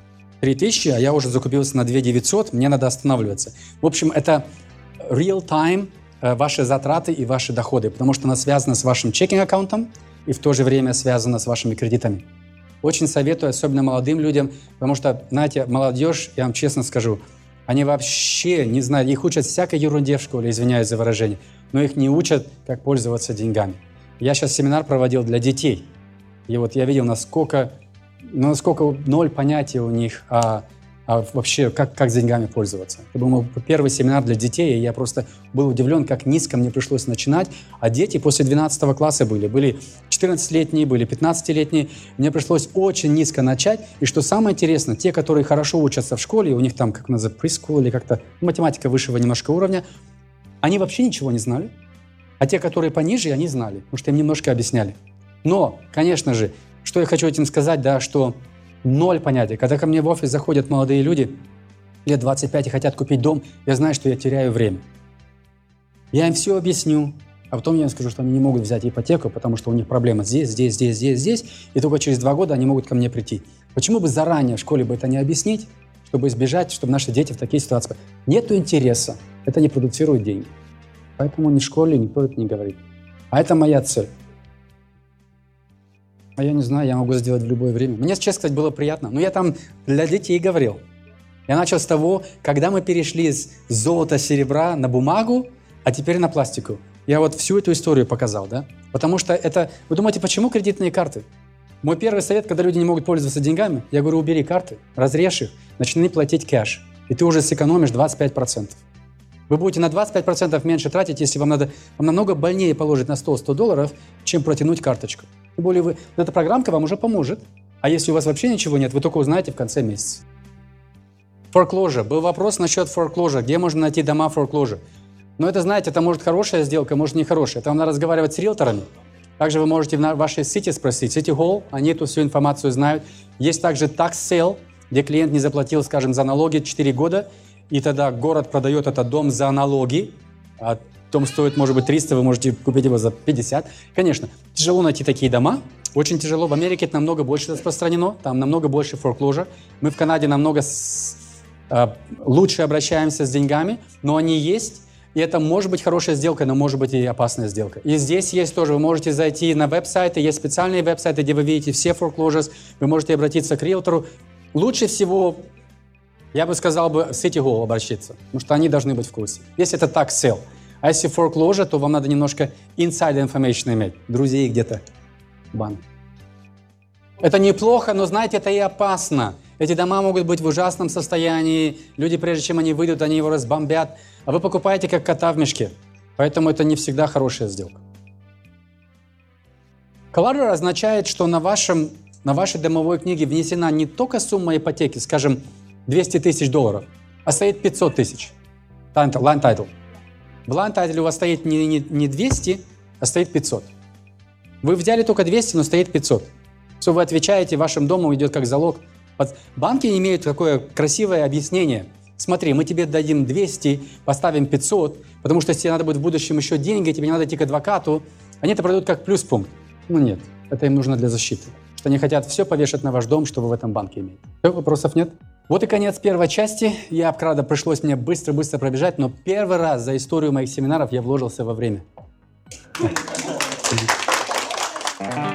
3000, а я уже закупился на 2900, мне надо останавливаться. В общем, это real-time ваши затраты и ваши доходы, потому что она связана с вашим чекинг-аккаунтом и в то же время связана с вашими кредитами. Очень советую, особенно молодым людям, потому что, знаете, молодежь, я вам честно скажу, они вообще не знают, их учат всякой ерунде в школе, извиняюсь за выражение, но их не учат, как пользоваться деньгами. Я сейчас семинар проводил для детей, и вот я видел, насколько ноль понятия у них вообще, как с деньгами пользоваться. Это был мой первый семинар для детей, и я просто был удивлен, как низко мне пришлось начинать. А дети после 12 класса были 14-летние, были 15-летние. Мне пришлось очень низко начать. И что самое интересное, те, которые хорошо учатся в школе, у них там, как называется, preschool или как-то математика высшего немножко уровня, они вообще ничего не знали. А те, которые пониже, они знали, потому что им немножко объясняли. Но, конечно же, что я хочу этим сказать, да, что ноль понятия. Когда ко мне в офис заходят молодые люди, лет 25 и хотят купить дом, я знаю, что я теряю время. Я им все объясню, а потом я им скажу, что они не могут взять ипотеку, потому что у них проблема здесь, и только через 2 года они могут ко мне прийти. Почему бы заранее в школе бы это не объяснить, чтобы избежать, чтобы наши дети в такие ситуации... Нету интереса, это не продуцирует деньги. Поэтому ни в школе никто это не говорит. А это моя цель. А я не знаю, я могу сделать в любое время. Мне, честно сказать, было приятно. Но я там для детей говорил. Я начал с того, когда мы перешли с золота, серебра на бумагу, а теперь на пластику. Я вот всю эту историю показал, да? Потому что это... Вы думаете, почему кредитные карты? Мой первый совет, когда люди не могут пользоваться деньгами, я говорю, убери карты, разрежь их, начни платить кэш. И ты уже сэкономишь 25%. Вы будете на 25% меньше тратить, если вам намного больнее положить на стол $100, чем протянуть карточку. Тем более эта программка вам уже поможет. А если у вас вообще ничего нет, вы только узнаете в конце месяца. Foreclosure. Был вопрос насчет foreclosure. Где можно найти дома foreclosure? Но это, знаете, это может хорошая сделка, может нехорошая. Это вам надо разговаривать с риэлторами. Также вы можете в вашей сити спросить. City Hall, они эту всю информацию знают. Есть также tax sale, где клиент не заплатил, скажем, за налоги 4 года, и тогда город продает этот дом за налоги. А дом стоит, может быть, 300, вы можете купить его за 50. Конечно, тяжело найти такие дома, очень тяжело. В Америке это намного больше распространено, там намного больше foreclosure. Мы в Канаде намного лучше обращаемся с деньгами, но они есть. И это может быть хорошая сделка, но может быть и опасная сделка. И здесь есть тоже, вы можете зайти на веб-сайты, есть специальные веб-сайты, где вы видите все foreclosures, вы можете обратиться к риэлтору. Лучше всего, я бы сказал, в City Hall обращаться, потому что они должны быть в курсе. Если это tax sale. А если foreclosure, то вам надо немножко inside information иметь, друзей где-то в банке. Это неплохо, но, знаете, это и опасно. Эти дома могут быть в ужасном состоянии. Люди, прежде чем они выйдут, они его разбомбят. А вы покупаете как кота в мешке. Поэтому это не всегда хорошая сделка. Collateral означает, что на вашей домовой книге внесена не только сумма ипотеки, скажем, $200 000, а стоит 500 000. Land title. В land title у вас стоит не 200, а стоит 500. Вы взяли только 200, но стоит 500. Что вы отвечаете, вашим домом идет как залог. Банки имеют такое красивое объяснение. Смотри, мы тебе дадим 200, поставим 500, потому что если тебе надо будет в будущем еще деньги, тебе не надо идти к адвокату. Они это продают как плюс-пункт. Ну нет, это им нужно для защиты. Что они хотят все повешать на ваш дом, что вы в этом банке имеете. Все, вопросов нет? Вот и конец первой части. Правда, пришлось мне быстро-быстро пробежать, но первый раз за историю моих семинаров я вложился во время.